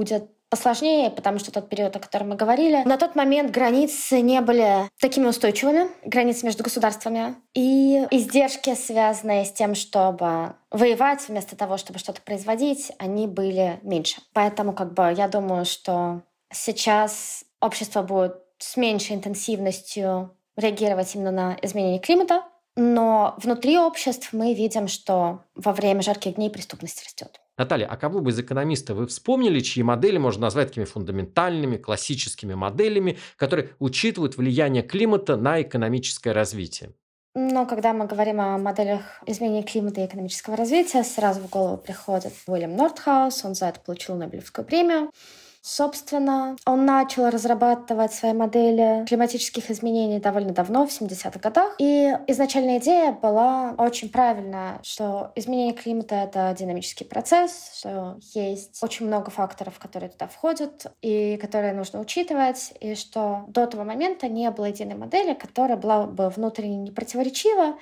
C: посложнее, потому что тот период, о котором мы говорили, на тот момент границы не были такими устойчивыми, границы между государствами, и издержки, связанные с тем, чтобы воевать вместо того, чтобы что-то производить, они были меньше. Поэтому я думаю, что сейчас общество будет с меньшей интенсивностью реагировать именно на изменение климата, но внутри обществ мы видим, что во время жарких дней преступность растет.
B: Наталья, а кого бы из экономистов вы вспомнили, чьи модели можно назвать такими фундаментальными, классическими моделями, которые учитывают влияние климата на экономическое развитие?
C: Но когда мы говорим о моделях изменения климата и экономического развития, сразу в голову приходит Уильям Нордхаус, он за это получил Нобелевскую премию. Собственно, он начал разрабатывать свои модели климатических изменений довольно давно, в 70-х годах. И изначальная идея была очень правильная, что изменение климата — это динамический процесс, что есть очень много факторов, которые туда входят и которые нужно учитывать, и что до того момента не было единой модели, которая была бы внутренне непротиворечива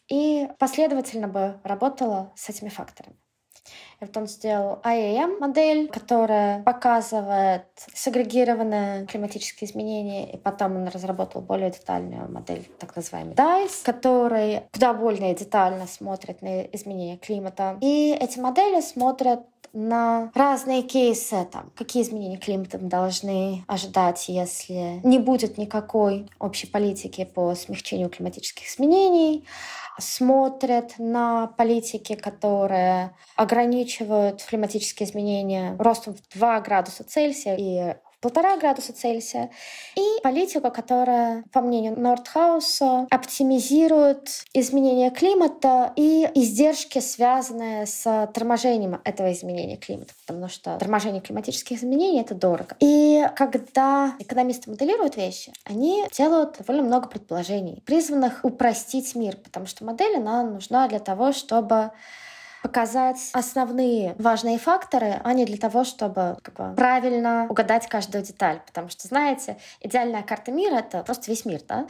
C: и последовательно бы работала с этими факторами. И вот он сделал IAM-модель, которая показывает сегрегированные климатические изменения, и потом он разработал более детальную модель, так называемый DICE, который куда более детально смотрит на изменения климата. И эти модели смотрят на разные кейсы, какие изменения климата мы должны ожидать, если не будет никакой общей политики по смягчению климатических изменений, смотрят на политики, которые ограничивают климатические изменения ростом в 2 градуса Цельсия и в 1,5 градуса Цельсия, и политику, которая, по мнению Нордхауса, оптимизирует изменение климата и издержки, связанные с торможением этого изменения климата, потому что торможение климатических изменений — это дорого. И когда экономисты моделируют вещи, они делают довольно много предположений, призванных упростить мир, потому что модель, она нужна для того, чтобы показать основные важные факторы, а не для того, чтобы правильно угадать каждую деталь. Потому что, знаете, идеальная карта мира — это просто весь мир, да?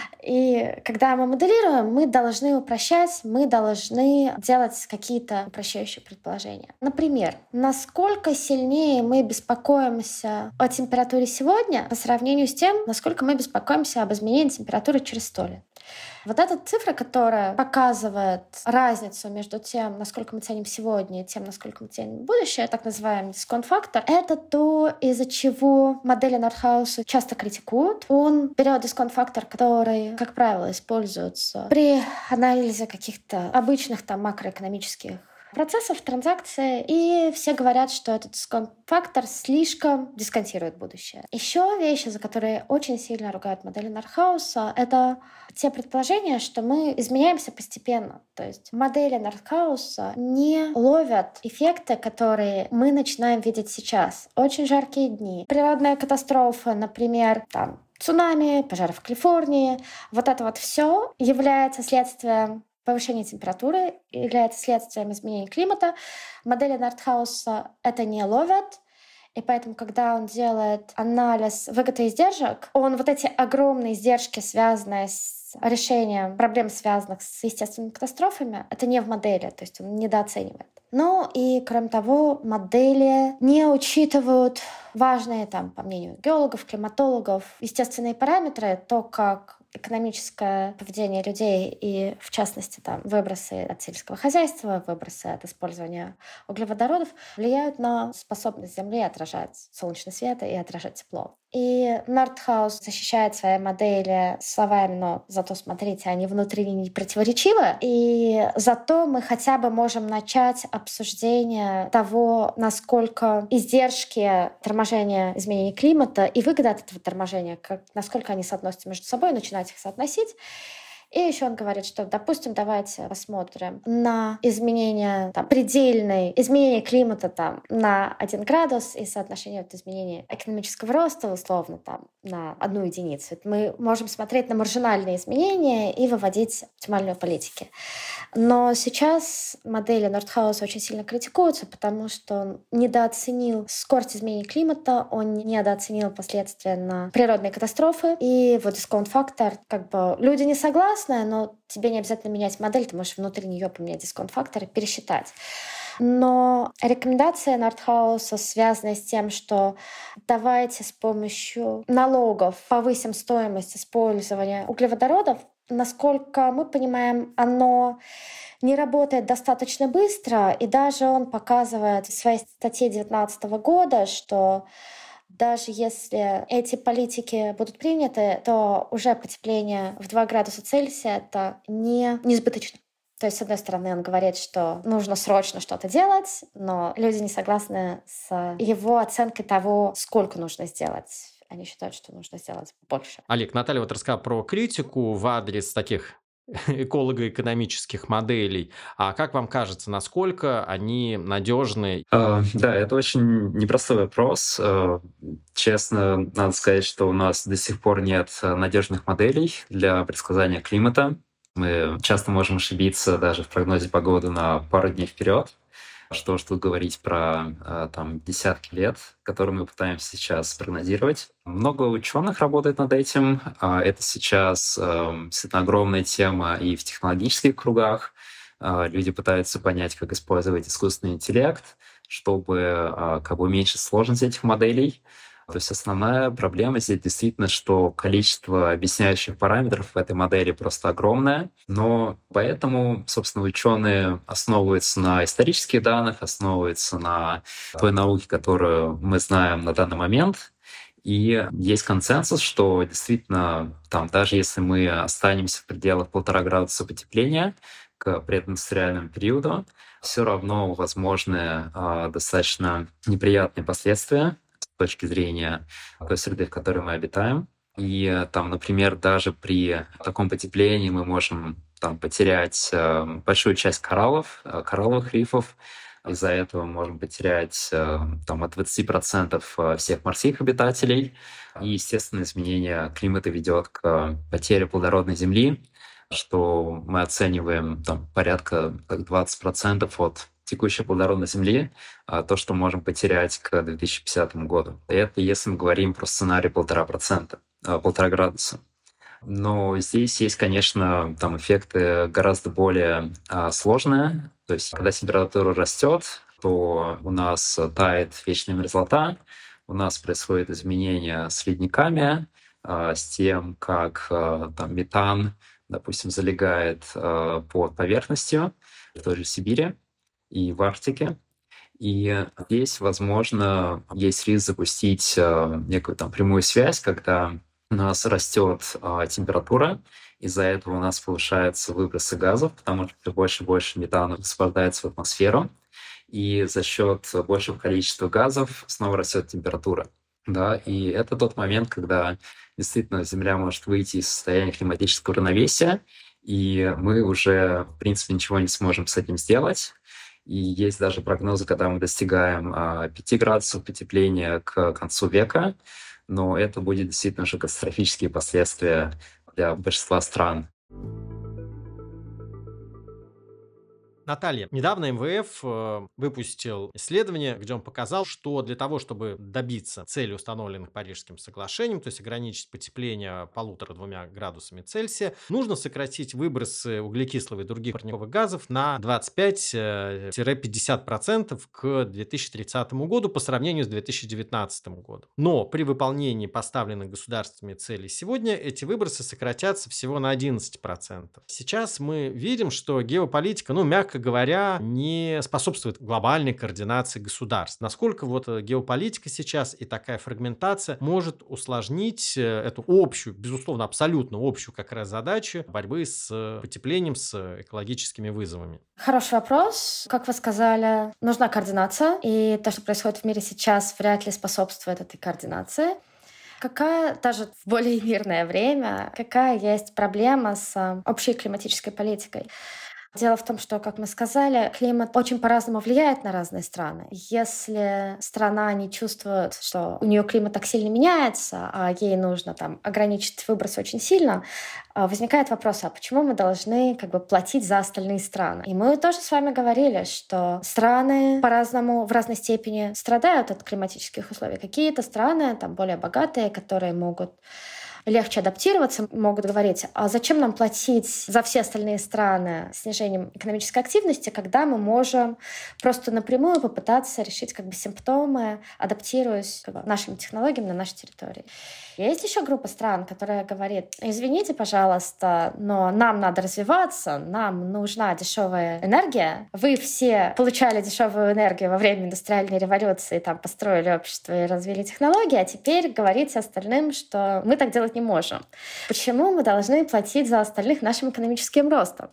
C: И когда мы моделируем, мы должны упрощать, мы должны делать какие-то упрощающие предположения. Например, насколько сильнее мы беспокоимся о температуре сегодня по сравнению с тем, насколько мы беспокоимся об изменении температуры через 100 лет. Вот эта цифра, которая показывает разницу между тем, насколько мы ценим сегодня, и тем, насколько мы ценим будущее, так называемый дисконт-фактор, это то, из-за чего модели Нордхауса часто критикуют. Он берет дисконт-фактор, который, как правило, используется при анализе каких-то обычных макроэкономических процессов, транзакций, и все говорят, что этот дисконт-фактор слишком дисконтирует будущее. Еще вещи, за которые очень сильно ругают модели Нордхауса, это те предположения, что мы изменяемся постепенно. То есть модели Нордхауса не ловят эффекты, которые мы начинаем видеть сейчас. Очень жаркие дни, природная катастрофа, например, цунами, пожары в Калифорнии. Вот это все является следствием повышение температуры, является следствием изменения климата. Модели Нордхауса это не ловят, и поэтому, когда он делает анализ выгод и издержек, он эти огромные издержки, связанные с решением проблем, связанных с естественными катастрофами, это не в модели, то есть он недооценивает. Ну и, кроме того, модели не учитывают важные, по мнению геологов, климатологов, естественные параметры, то, как экономическое поведение людей и, в частности, выбросы от сельского хозяйства, выбросы от использования углеводородов влияют на способность Земли отражать солнечный свет и отражать тепло. И Нордхаус защищает свои модели словами, но зато, смотрите, они внутренне не противоречивы, и зато мы хотя бы можем начать обсуждение того, насколько издержки торможения изменения климата и выгода от этого торможения, насколько они соотносятся между собой, начинать их соотносить. И еще он говорит, что, допустим, давайте посмотрим на изменение изменение климата на 1 градус и соотношение изменения экономического роста условно на 1 единицу. Мы можем смотреть на маржинальные изменения и выводить оптимальные политики. Но сейчас модели Нордхауса очень сильно критикуются, потому что он недооценил скорость изменения климата, он недооценил последствия на природные катастрофы. И дисконт-фактор, люди не согласны, но тебе не обязательно менять модель, ты можешь внутри нее поменять дисконт-фактор и пересчитать. Но рекомендация Нордхауса связана с тем, что давайте с помощью налогов повысим стоимость использования углеводородов. Насколько мы понимаем, оно не работает достаточно быстро, и даже он показывает в своей статье 2019 года, что даже если эти политики будут приняты, то уже потепление в 2 градуса Цельсия — это не избыточно. То есть, с одной стороны, он говорит, что нужно срочно что-то делать, но люди не согласны с его оценкой того, сколько нужно сделать. Они считают, что нужно сделать больше.
B: Олег, Наталья вот рассказала про критику в адрес таких эколого-экономических моделей. А как вам кажется, насколько они надежны?
D: Да, это очень непростой вопрос. Честно, надо сказать, что у нас до сих пор нет надежных моделей для предсказания климата. Мы часто можем ошибиться даже в прогнозе погоды на пару дней вперед. Что ж тут говорить про десятки лет, которые мы пытаемся сейчас прогнозировать. Много ученых работает над этим. Это сейчас действительно огромная тема и в технологических кругах. Люди пытаются понять, как использовать искусственный интеллект, чтобы уменьшить сложность этих моделей. То есть основная проблема здесь действительно, что количество объясняющих параметров в этой модели просто огромное. Но поэтому, собственно, ученые основываются на исторических данных, основываются на той науке, которую мы знаем на данный момент. И есть консенсус, что действительно, даже если мы останемся в пределах 1,5 градуса потепления к прединдустриальному периоду, все равно возможны достаточно неприятные последствия с точки зрения той среды, в которой мы обитаем. И например, даже при таком потеплении мы можем потерять большую часть коралловых рифов. Из-за этого можем потерять от 20% всех морских обитателей. И, естественно, изменение климата ведет к потере плодородной земли, что мы оцениваем порядка 20% от текущей плодородной земли, то, что можем потерять к 2050 году. И это если мы говорим про сценарий 1,5 градуса. Но здесь есть, конечно, эффекты гораздо более сложные. То есть, когда температура растет, то у нас тает вечная мерзлота, у нас происходит изменение с ледниками, с тем, как метан, допустим, залегает под поверхностью в той же Сибири и в Арктике. И здесь, возможно, есть риск запустить некую прямую связь, когда у нас растет температура, из-за этого у нас повышаются выбросы газов, потому что все больше и больше метана высвобождается в атмосферу, и за счет большего количества газов снова растет температура. Да, и это тот момент, когда действительно Земля может выйти из состояния климатического равновесия, и мы уже, в принципе, ничего не сможем с этим сделать. И есть даже прогнозы, когда мы достигаем 5 градусов потепления к концу века, но это будет действительно уже катастрофические последствия для большинства стран.
B: Наталья, недавно МВФ выпустил исследование, где он показал, что для того, чтобы добиться цели, установленных Парижским соглашением, то есть ограничить потепление 1,5-2 градусами Цельсия, нужно сократить выбросы углекислого и других парниковых газов на 25-50% к 2030 году по сравнению с 2019 годом. Но при выполнении поставленных государствами целей сегодня эти выбросы сократятся всего на 11%. Сейчас мы видим, что геополитика, мягко говоря, не способствует глобальной координации государств. Насколько геополитика сейчас и такая фрагментация может усложнить эту общую, безусловно, абсолютно общую как раз задачу борьбы с потеплением, с экологическими вызовами?
C: Хороший вопрос. Как вы сказали, нужна координация, и то, что происходит в мире сейчас, вряд ли способствует этой координации. Какая, даже в более мирное время, какая есть проблема с общей климатической политикой? Дело в том, что, как мы сказали, климат очень по-разному влияет на разные страны. Если страна не чувствует, что у нее климат так сильно меняется, а ей нужно ограничить выбросы очень сильно, возникает вопрос, а почему мы должны платить за остальные страны? И мы тоже с вами говорили, что страны по-разному, в разной степени страдают от климатических условий. Какие-то страны, более богатые, которые могут легче адаптироваться, могут говорить, а зачем нам платить за все остальные страны снижением экономической активности, когда мы можем просто напрямую попытаться решить симптомы, адаптируясь к нашим технологиям на нашей территории. Есть еще группа стран, которая говорит, извините, пожалуйста, но нам надо развиваться, нам нужна дешевая энергия. Вы все получали дешевую энергию во время индустриальной революции, там построили общество и развили технологии, а теперь говорите остальным, что мы так делать не можем. Почему мы должны платить за остальных нашим экономическим ростом?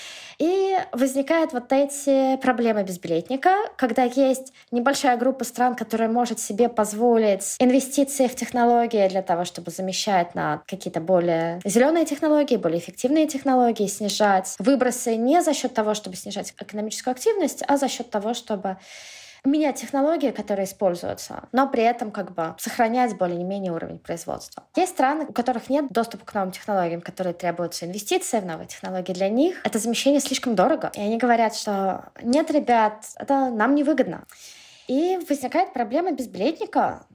C: И возникают вот эти проблемы безбилетника, когда есть небольшая группа стран, которая может себе позволить инвестиции в технологии для того, чтобы замещать на какие-то более зеленые технологии, более эффективные технологии, снижать выбросы не за счет того, чтобы снижать экономическую активность, а за счет того, чтобы менять технологии, которые используются, но при этом сохранять более-менее уровень производства. Есть страны, у которых нет доступа к новым технологиям, которые требуются инвестиции в новые технологии. Для них это замещение слишком дорого. И они говорят, что нет, ребят, это нам невыгодно. И возникает проблема безбилетника,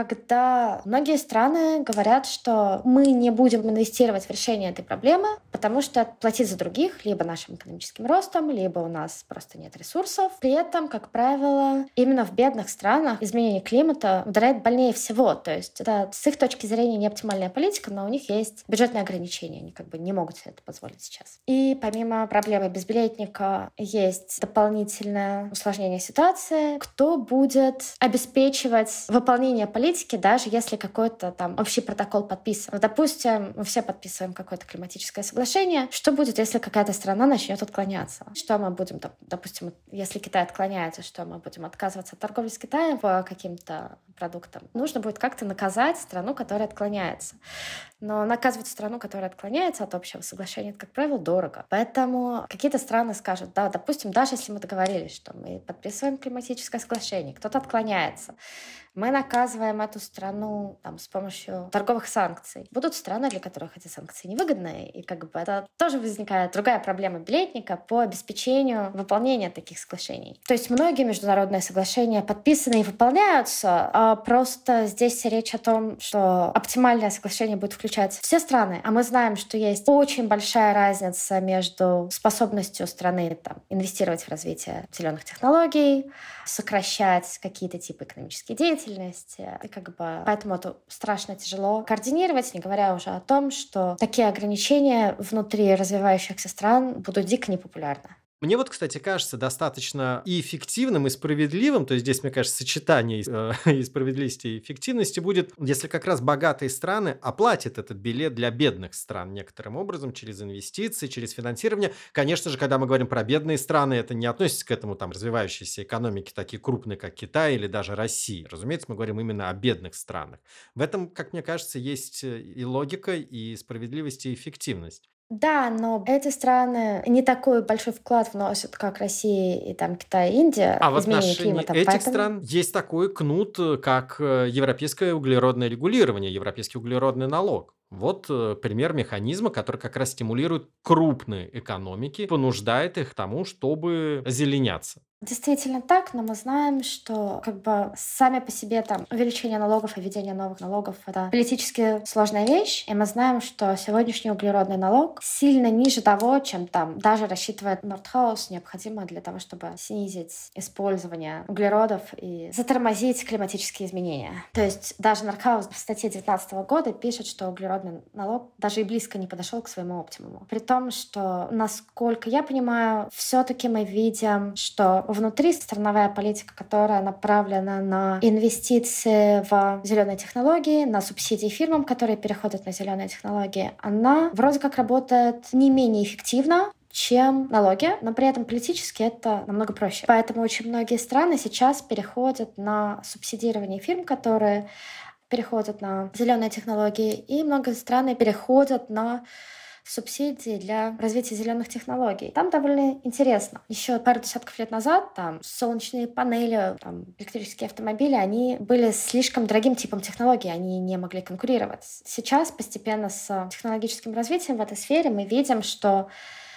C: когда многие страны говорят, что мы не будем инвестировать в решение этой проблемы, потому что платить за других либо нашим экономическим ростом, либо у нас просто нет ресурсов. При этом, как правило, именно в бедных странах изменение климата ударяет больнее всего. То есть это с их точки зрения не оптимальная политика, но у них есть бюджетные ограничения. Они не могут себе это позволить сейчас. И помимо проблемы безбилетника есть дополнительное усложнение ситуации. Кто будет обеспечивать выполнение политики, даже если какой-то там общий протокол подписан. Допустим, мы все подписываем какое-то климатическое соглашение. Что будет, если какая-то страна начнет отклоняться? Что мы будем, допустим, если Китай отклоняется, что мы будем отказываться от торговли с Китаем по каким-то продуктам? Нужно будет как-то наказать страну, которая отклоняется. Но наказывать страну, которая отклоняется от общего соглашения, это, как правило, дорого. Поэтому какие-то страны скажут, да, допустим, даже если мы договорились, что мы подписываем климатическое соглашение, кто-то отклоняется, мы наказываем эту страну с помощью торговых санкций. Будут страны, для которых эти санкции невыгодны, и это тоже возникает другая проблема билетника по обеспечению выполнения таких соглашений. То есть многие международные соглашения подписаны и выполняются, а просто здесь речь о том, что оптимальное соглашение будет включать все страны, а мы знаем, что есть очень большая разница между способностью страны инвестировать в развитие зеленых технологий, сокращать какие-то типы экономической деятельности. И поэтому это страшно тяжело координировать, не говоря уже о том, что такие ограничения внутри развивающихся стран будут дико непопулярны.
B: Мне кстати, кажется достаточно и эффективным, и справедливым, то есть здесь, мне кажется, сочетание и справедливости, и эффективности будет, если как раз богатые страны оплатят этот билет для бедных стран некоторым образом, через инвестиции, через финансирование. Конечно же, когда мы говорим про бедные страны, это не относится к этому развивающиеся экономики, такие крупные, как Китай или даже Россия. Разумеется, мы говорим именно о бедных странах. В этом, как мне кажется, есть и логика, и справедливость, и эффективность.
C: Да, но эти страны не такой большой вклад вносят, как Россия и Китай и Индия.
B: А в отношении этих стран есть такой кнут, как европейское углеродное регулирование, европейский углеродный налог. Вот пример механизма, который как раз стимулирует крупные экономики, понуждает их к тому, чтобы озеленяться.
C: Действительно так, но мы знаем, что сами по себе увеличение налогов и введение новых налогов — это политически сложная вещь, и мы знаем, что сегодняшний углеродный налог сильно ниже того, чем даже рассчитывает Нордхаус, необходимо для того, чтобы снизить использование углеродов и затормозить климатические изменения. То есть даже Нордхаус в статье 2019 года пишет, что углеродный налог даже и близко не подошел к своему оптимуму. При том, что, насколько я понимаю, все-таки мы видим, что внутри страновая политика, которая направлена на инвестиции в зеленые технологии, на субсидии фирмам, которые переходят на зеленые технологии, она вроде как работает не менее эффективно, чем налоги, но при этом политически это намного проще. Поэтому очень многие страны сейчас переходят на субсидирование фирм, которые переходят на зеленые технологии, и много стран переходят на субсидии для развития зеленых технологий. Там довольно интересно. Еще пару десятков лет назад солнечные панели, электрические автомобили, они были слишком дорогим типом технологий, они не могли конкурировать. Сейчас постепенно с технологическим развитием в этой сфере мы видим, что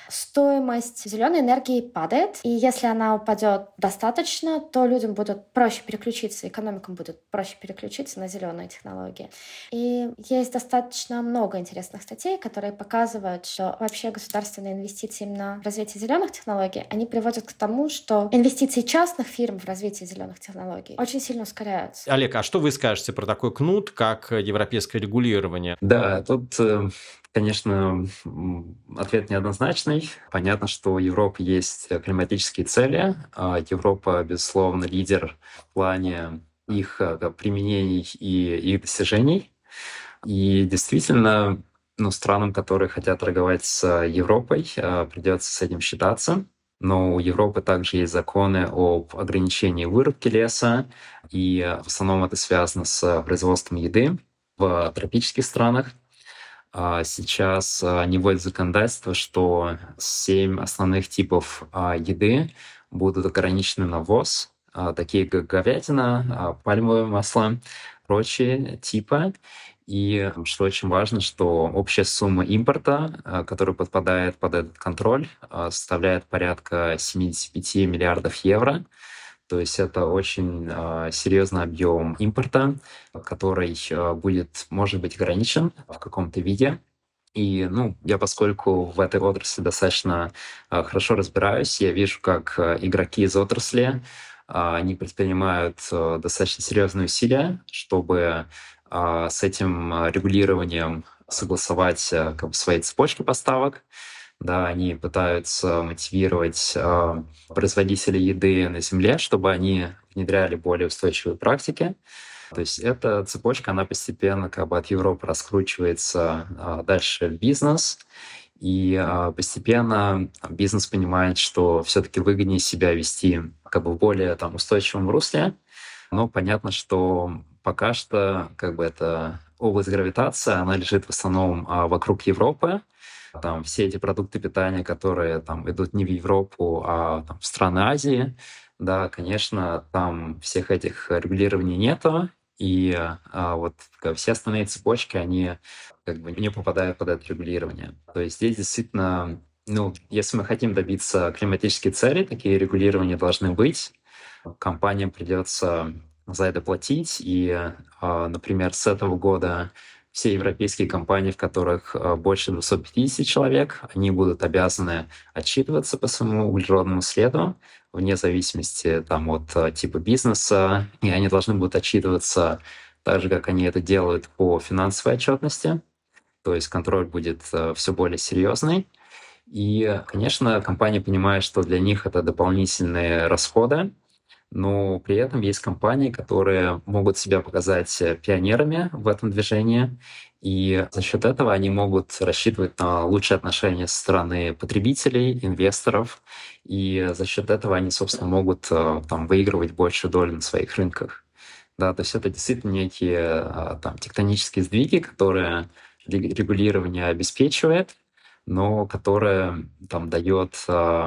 C: стоимость зеленой энергии падает, и если она упадет достаточно, то людям будет проще переключиться, экономикам будет проще переключиться на зеленые технологии. И есть достаточно много интересных статей, которые показывают, что вообще государственные инвестиции именно в развитие зеленых технологий, они приводят к тому, что инвестиции частных фирм в развитие зеленых технологий очень сильно ускоряются.
B: Олег, а что вы скажете про такой кнут, как европейское регулирование?
D: Да, тут, конечно, ответ неоднозначный. Понятно, что у Европы есть климатические цели. Европа, безусловно, лидер в плане их применений и их достижений. И действительно, странам, которые хотят торговать с Европой, придется с этим считаться. Но у Европы также есть законы об ограничении вырубки леса, и в основном это связано с производством еды в тропических странах. Сейчас они вводят законодательство, что 7 основных типов еды будут ограничены на ввоз, такие как говядина, пальмовое масло, прочие типы. И что очень важно, что общая сумма импорта, которая подпадает под этот контроль, составляет порядка 75 миллиардов евро. То есть это очень серьезный объем импорта, который будет, может быть, ограничен в каком-то виде. И, я, поскольку в этой отрасли достаточно хорошо разбираюсь, я вижу, как игроки из отрасли, они предпринимают достаточно серьезные усилия, чтобы с этим регулированием согласовать свои цепочки поставок. Да, они пытаются мотивировать производителей еды на земле, чтобы они внедряли более устойчивые практики. То есть эта цепочка, она постепенно от Европы раскручивается дальше в бизнес, и постепенно бизнес понимает, что все-таки выгоднее себя вести в более устойчивом русле. Но понятно, что пока что эта область гравитации, она лежит в основном вокруг Европы. Там все эти продукты питания, которые идут не в Европу, а в страны Азии, да, конечно, там всех этих регулирований нету, и все остальные цепочки, они не попадают под это регулирование. То есть здесь действительно, если мы хотим добиться климатических целей, такие регулирования должны быть. Компаниям придется за это платить, и, например, с этого года все европейские компании, в которых больше 250 человек, они будут обязаны отчитываться по своему углеродному следу, вне зависимости от типа бизнеса, и они должны будут отчитываться так же, как они это делают по финансовой отчетности. То есть контроль будет все более серьезный. И, конечно, компания понимает, что для них это дополнительные расходы, но при этом есть компании, которые могут себя показать пионерами в этом движении, и за счет этого они могут рассчитывать на лучшие отношения со стороны потребителей, инвесторов, и за счет этого они, собственно, могут выигрывать большую долю на своих рынках. Да, то есть это действительно некие тектонические сдвиги, которые регулирование обеспечивает, но которое дает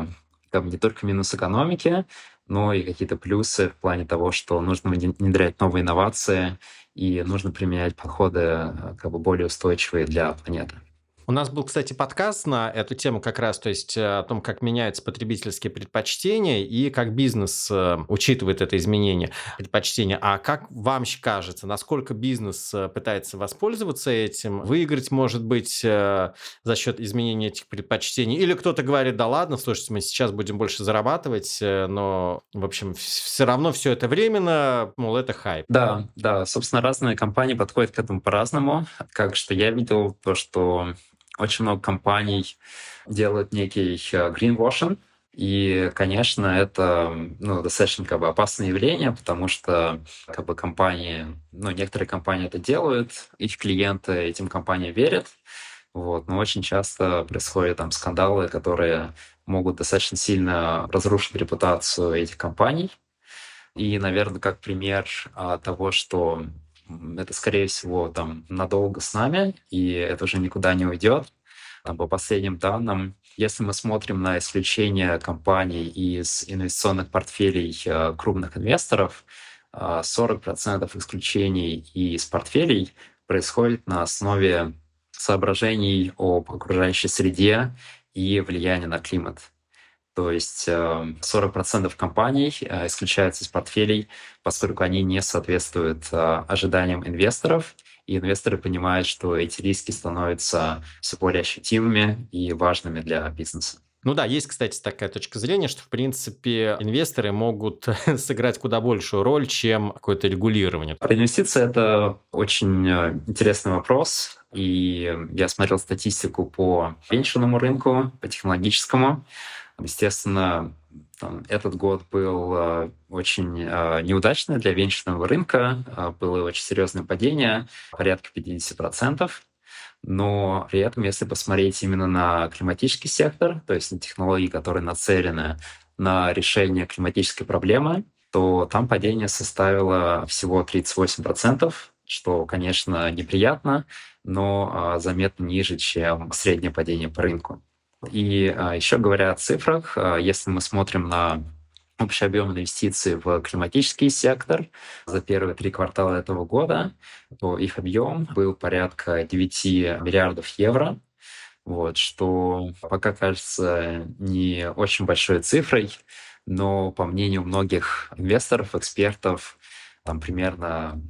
D: не только минус экономики, но и какие-то плюсы в плане того, что нужно внедрять новые инновации и нужно применять подходы более устойчивые для планеты.
B: У нас был, кстати, подкаст на эту тему как раз, то есть о том, как меняются потребительские предпочтения и как бизнес учитывает это изменение предпочтения. А как вам кажется, насколько бизнес пытается воспользоваться этим, выиграть, может быть, за счет изменения этих предпочтений? Или кто-то говорит, да ладно, слушайте, мы сейчас будем больше зарабатывать, но, в общем, все равно все это временно, мол, это хайп.
D: Да, собственно, разные компании подходят к этому по-разному. Как что я видел, то, что очень много компаний делают некий greenwashing, и, конечно, это достаточно очень явление, потому что компании, некоторые компании это делают, их клиенты этим компаниям верят, но очень часто происходят скандалы, которые могут достаточно сильно разрушить репутацию этих компаний. И, наверное, как пример того, что это, скорее всего, надолго с нами, и это уже никуда не уйдет. По последним данным, если мы смотрим на исключение компаний из инвестиционных портфелей крупных инвесторов, 40% исключений из портфелей происходит на основе соображений об окружающей среде и влияние на климат. То есть 40% компаний исключаются из портфелей, поскольку они не соответствуют ожиданиям инвесторов, и инвесторы понимают, что эти риски становятся все более ощутимыми и важными для бизнеса.
B: Ну да, есть, кстати, такая точка зрения, что, в принципе, инвесторы могут сыграть куда большую роль, чем какое-то регулирование.
D: Про инвестиции это очень интересный вопрос. И я смотрел статистику по венчурному рынку, по технологическому. Естественно, этот год был очень неудачный для венчурного рынка. Было очень серьезное падение, порядка 50%. Но при этом, если посмотреть именно на климатический сектор, то есть на технологии, которые нацелены на решение климатической проблемы, то там падение составило всего 38%, что, конечно, неприятно, но заметно ниже, чем среднее падение по рынку. И еще говоря о цифрах, если мы смотрим на общий объем инвестиций в климатический сектор за первые 3 квартала этого года, то их объем был порядка 9 миллиардов евро, что пока кажется не очень большой цифрой, но по мнению многих инвесторов, экспертов, там примерно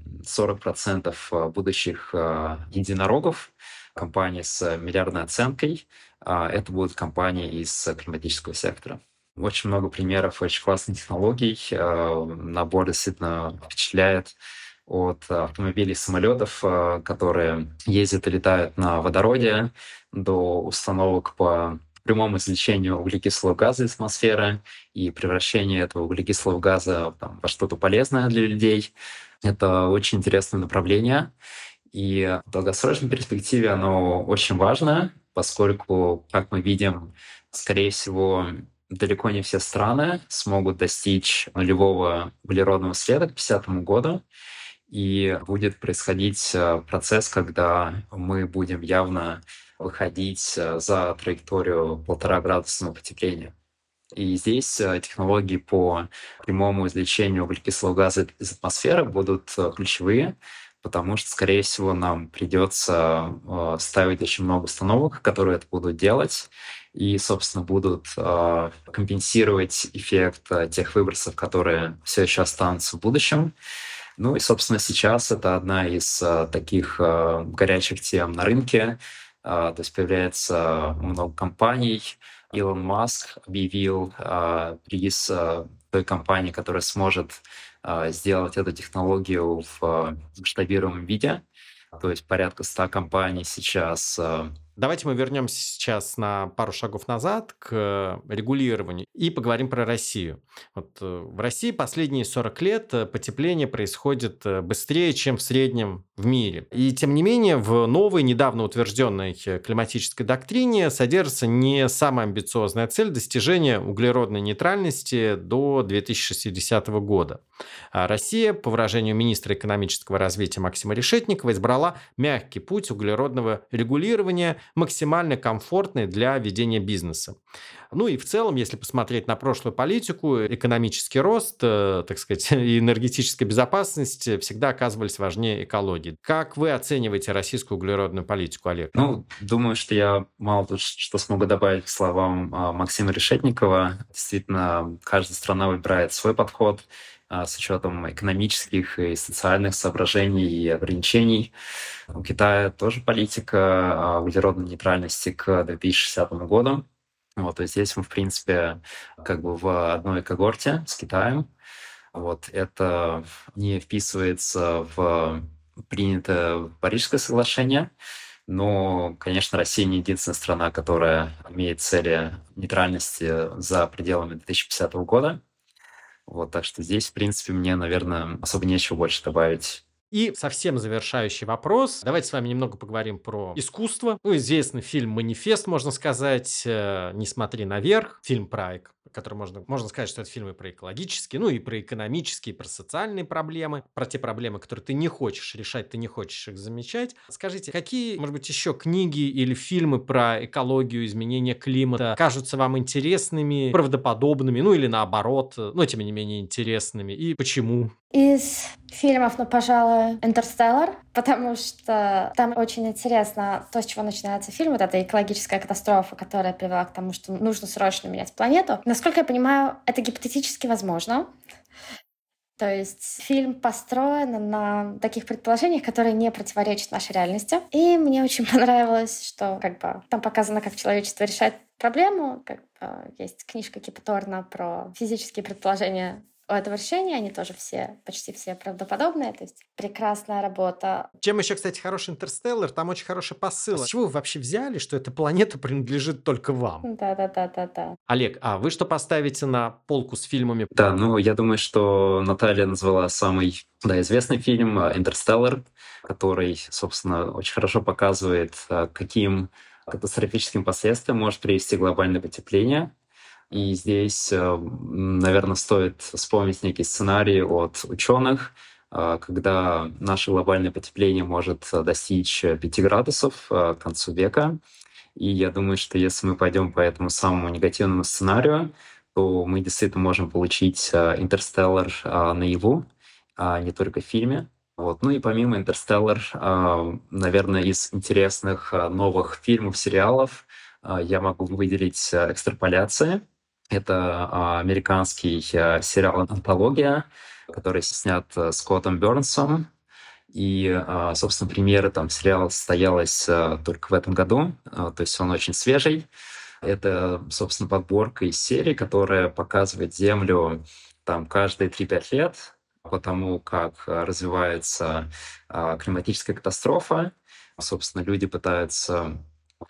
D: 40% будущих единорогов, компаний с миллиардной оценкой, это будут компании из климатического сектора. Очень много примеров очень классных технологий. Набор действительно впечатляет, от автомобилей и самолетов, которые ездят и летают на водороде, до установок по прямому извлечению углекислого газа из атмосферы и превращению этого углекислого газа во что-то полезное для людей. Это очень интересное направление. И в долгосрочной перспективе оно очень важно, поскольку, как мы видим, скорее всего, далеко не все страны смогут достичь нулевого углеродного следа к 50 году. И будет происходить процесс, когда мы будем явно выходить за траекторию 1,5-градусного потепления. И здесь технологии по прямому извлечению углекислого газа из атмосферы будут ключевые, потому что, скорее всего, нам придется ставить очень много установок, которые это будут делать, и, собственно, будут компенсировать эффект тех выбросов, которые все еще останутся в будущем. Ну и, собственно, сейчас это одна из таких горячих тем на рынке. То есть появляется много компаний. Илон Маск объявил приз той компании, которая сможет сделать эту технологию в масштабируемом виде. То есть порядка 100 компаний сейчас.
B: Давайте мы вернемся сейчас на пару шагов назад к регулированию и поговорим про Россию. В России последние 40 лет потепление происходит быстрее, чем в среднем в мире. И тем не менее в новой, недавно утвержденной климатической доктрине содержится не самая амбициозная цель достижения углеродной нейтральности до 2060 года. А Россия, по выражению министра экономического развития Максима Решетникова, избрала мягкий путь углеродного регулирования, максимально комфортный для ведения бизнеса. Ну и в целом, если посмотреть на прошлую политику, экономический рост, так сказать, и энергетическая безопасность всегда оказывались важнее экологии. Как вы оцениваете российскую углеродную политику, Олег?
D: Думаю, что я мало что смогу добавить к словам Максима Решетникова. Действительно, каждая страна выбирает свой подход с учетом экономических и социальных соображений и ограничений. У Китая тоже политика углеродной нейтральности к 2060 году. То есть здесь мы, в принципе, в одной когорте с Китаем. Это не вписывается в принятое Парижское соглашение. Но, конечно, Россия не единственная страна, которая имеет цели нейтральности за пределами 2050 года. Так что здесь, в принципе, мне, наверное, особо нечего больше добавить.
B: И совсем завершающий вопрос. Давайте с вами немного поговорим про искусство. Известный фильм «Манифест», можно сказать, «Не смотри наверх». Фильм который можно сказать, что это фильм и про экологические, и про экономические, и про социальные проблемы, про те проблемы, которые ты не хочешь решать, ты не хочешь их замечать. Скажите, какие, может быть, еще книги или фильмы про экологию, изменение климата кажутся вам интересными, правдоподобными, или наоборот, тем не менее интересными, и почему?
C: Из фильмов, пожалуй, «Интерстеллар», потому что там очень интересно то, с чего начинается фильм, вот эта экологическая катастрофа, которая привела к тому, что нужно срочно менять планету. Насколько я понимаю, это гипотетически возможно. То есть фильм построен на таких предположениях, которые не противоречат нашей реальности. И мне очень понравилось, что там показано, как человечество решает проблему. Есть книжка Кипа Торна про физические предположения у этого решения. Они тоже почти все правдоподобные. То есть прекрасная работа.
B: Чем еще, кстати, хороший «Интерстеллар», там очень хороший посыл. С чего вы вообще взяли, что эта планета принадлежит только вам?
C: Да.
B: Олег, а вы что поставите на полку с фильмами?
D: Да, я думаю, что Наталья назвала самый известный фильм «Интерстеллар», который, собственно, очень хорошо показывает, каким катастрофическим последствиям может привести глобальное потепление. И здесь, наверное, стоит вспомнить некий сценарий от ученых, когда наше глобальное потепление может достичь 5 градусов к концу века. И я думаю, что если мы пойдем по этому самому негативному сценарию, то мы действительно можем получить «Интерстеллар» наяву, а не только в фильме. И помимо «Интерстеллар», наверное, из интересных новых фильмов, сериалов я могу выделить «Экстраполяция». Это американский сериал «Антология», который снят Скоттом Бернсом. И, собственно, премьера сериала состоялась только в этом году, то есть он очень свежий. Это, собственно, подборка из серий, которая показывает Землю каждые 3-5 лет по тому, как развивается климатическая катастрофа. Собственно, люди пытаются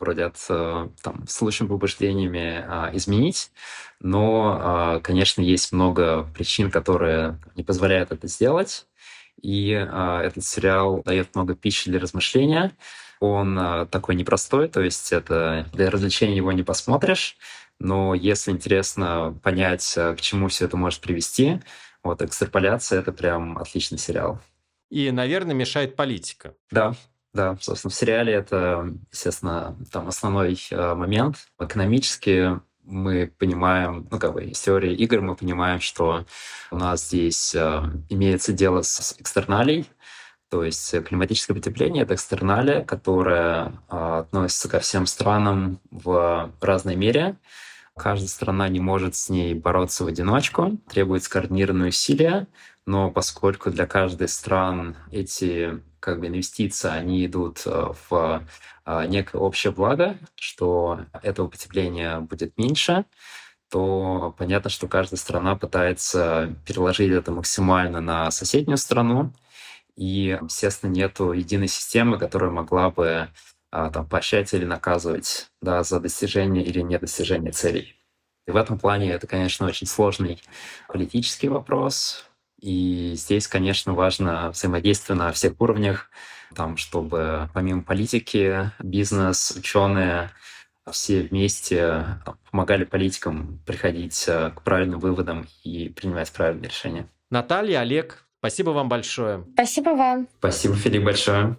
D: с лучшими побуждениями изменить, но, конечно, есть много причин, которые не позволяют это сделать. И этот сериал дает много пищи для размышления. Он такой непростой, то есть это для развлечения его не посмотришь, но если интересно понять, к чему все это может привести, «Экстраполяция» — это прям отличный сериал.
B: И, наверное, мешает политика.
D: Да, собственно, в сериале это, естественно, основной момент. Экономически мы понимаем, из теории игр мы понимаем, что у нас здесь имеется дело с экстерналей, то есть климатическое потепление — это экстерналия, которая относится ко всем странам в разной мере. Каждая страна не может с ней бороться в одиночку, требуется координированные усилия, но поскольку для каждой стран эти инвестиции, они идут в некое общее благо, что этого потепления будет меньше, то понятно, что каждая страна пытается переложить это максимально на соседнюю страну, и, естественно, нету единой системы, которая могла бы поощрять или наказывать за достижение или недостижение целей. И в этом плане это, конечно, очень сложный политический вопрос. И здесь, конечно, важно взаимодействие на всех уровнях, чтобы помимо политики, бизнес, ученые все вместе помогали политикам приходить к правильным выводам и принимать правильные решения.
B: Наталья, Олег, спасибо вам большое.
C: Спасибо вам.
D: Спасибо, Филипп, большое.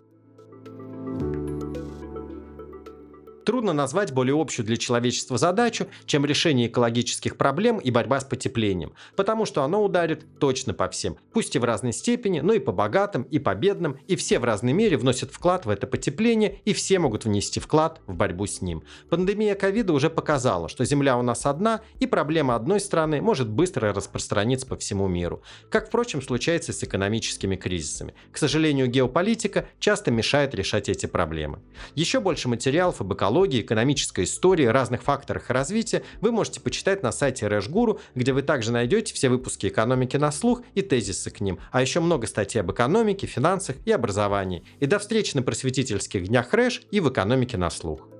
B: Трудно назвать более общую для человечества задачу, чем решение экологических проблем и борьба с потеплением, потому что оно ударит точно по всем, пусть и в разной степени, но и по богатым, и по бедным, и все в разной мере вносят вклад в это потепление, и все могут внести вклад в борьбу с ним. Пандемия ковида уже показала, что Земля у нас одна, и проблема одной страны может быстро распространиться по всему миру. Как, впрочем, случается с экономическими кризисами. К сожалению, геополитика часто мешает решать эти проблемы. Еще больше материалов об экологии, экономической истории, разных факторах развития вы можете почитать на сайте Рэш-Гуру, где вы также найдете все выпуски «Экономики на слух» и тезисы к ним, а еще много статей об экономике, финансах и образовании. И до встречи на просветительских днях Рэш и в «Экономике на слух».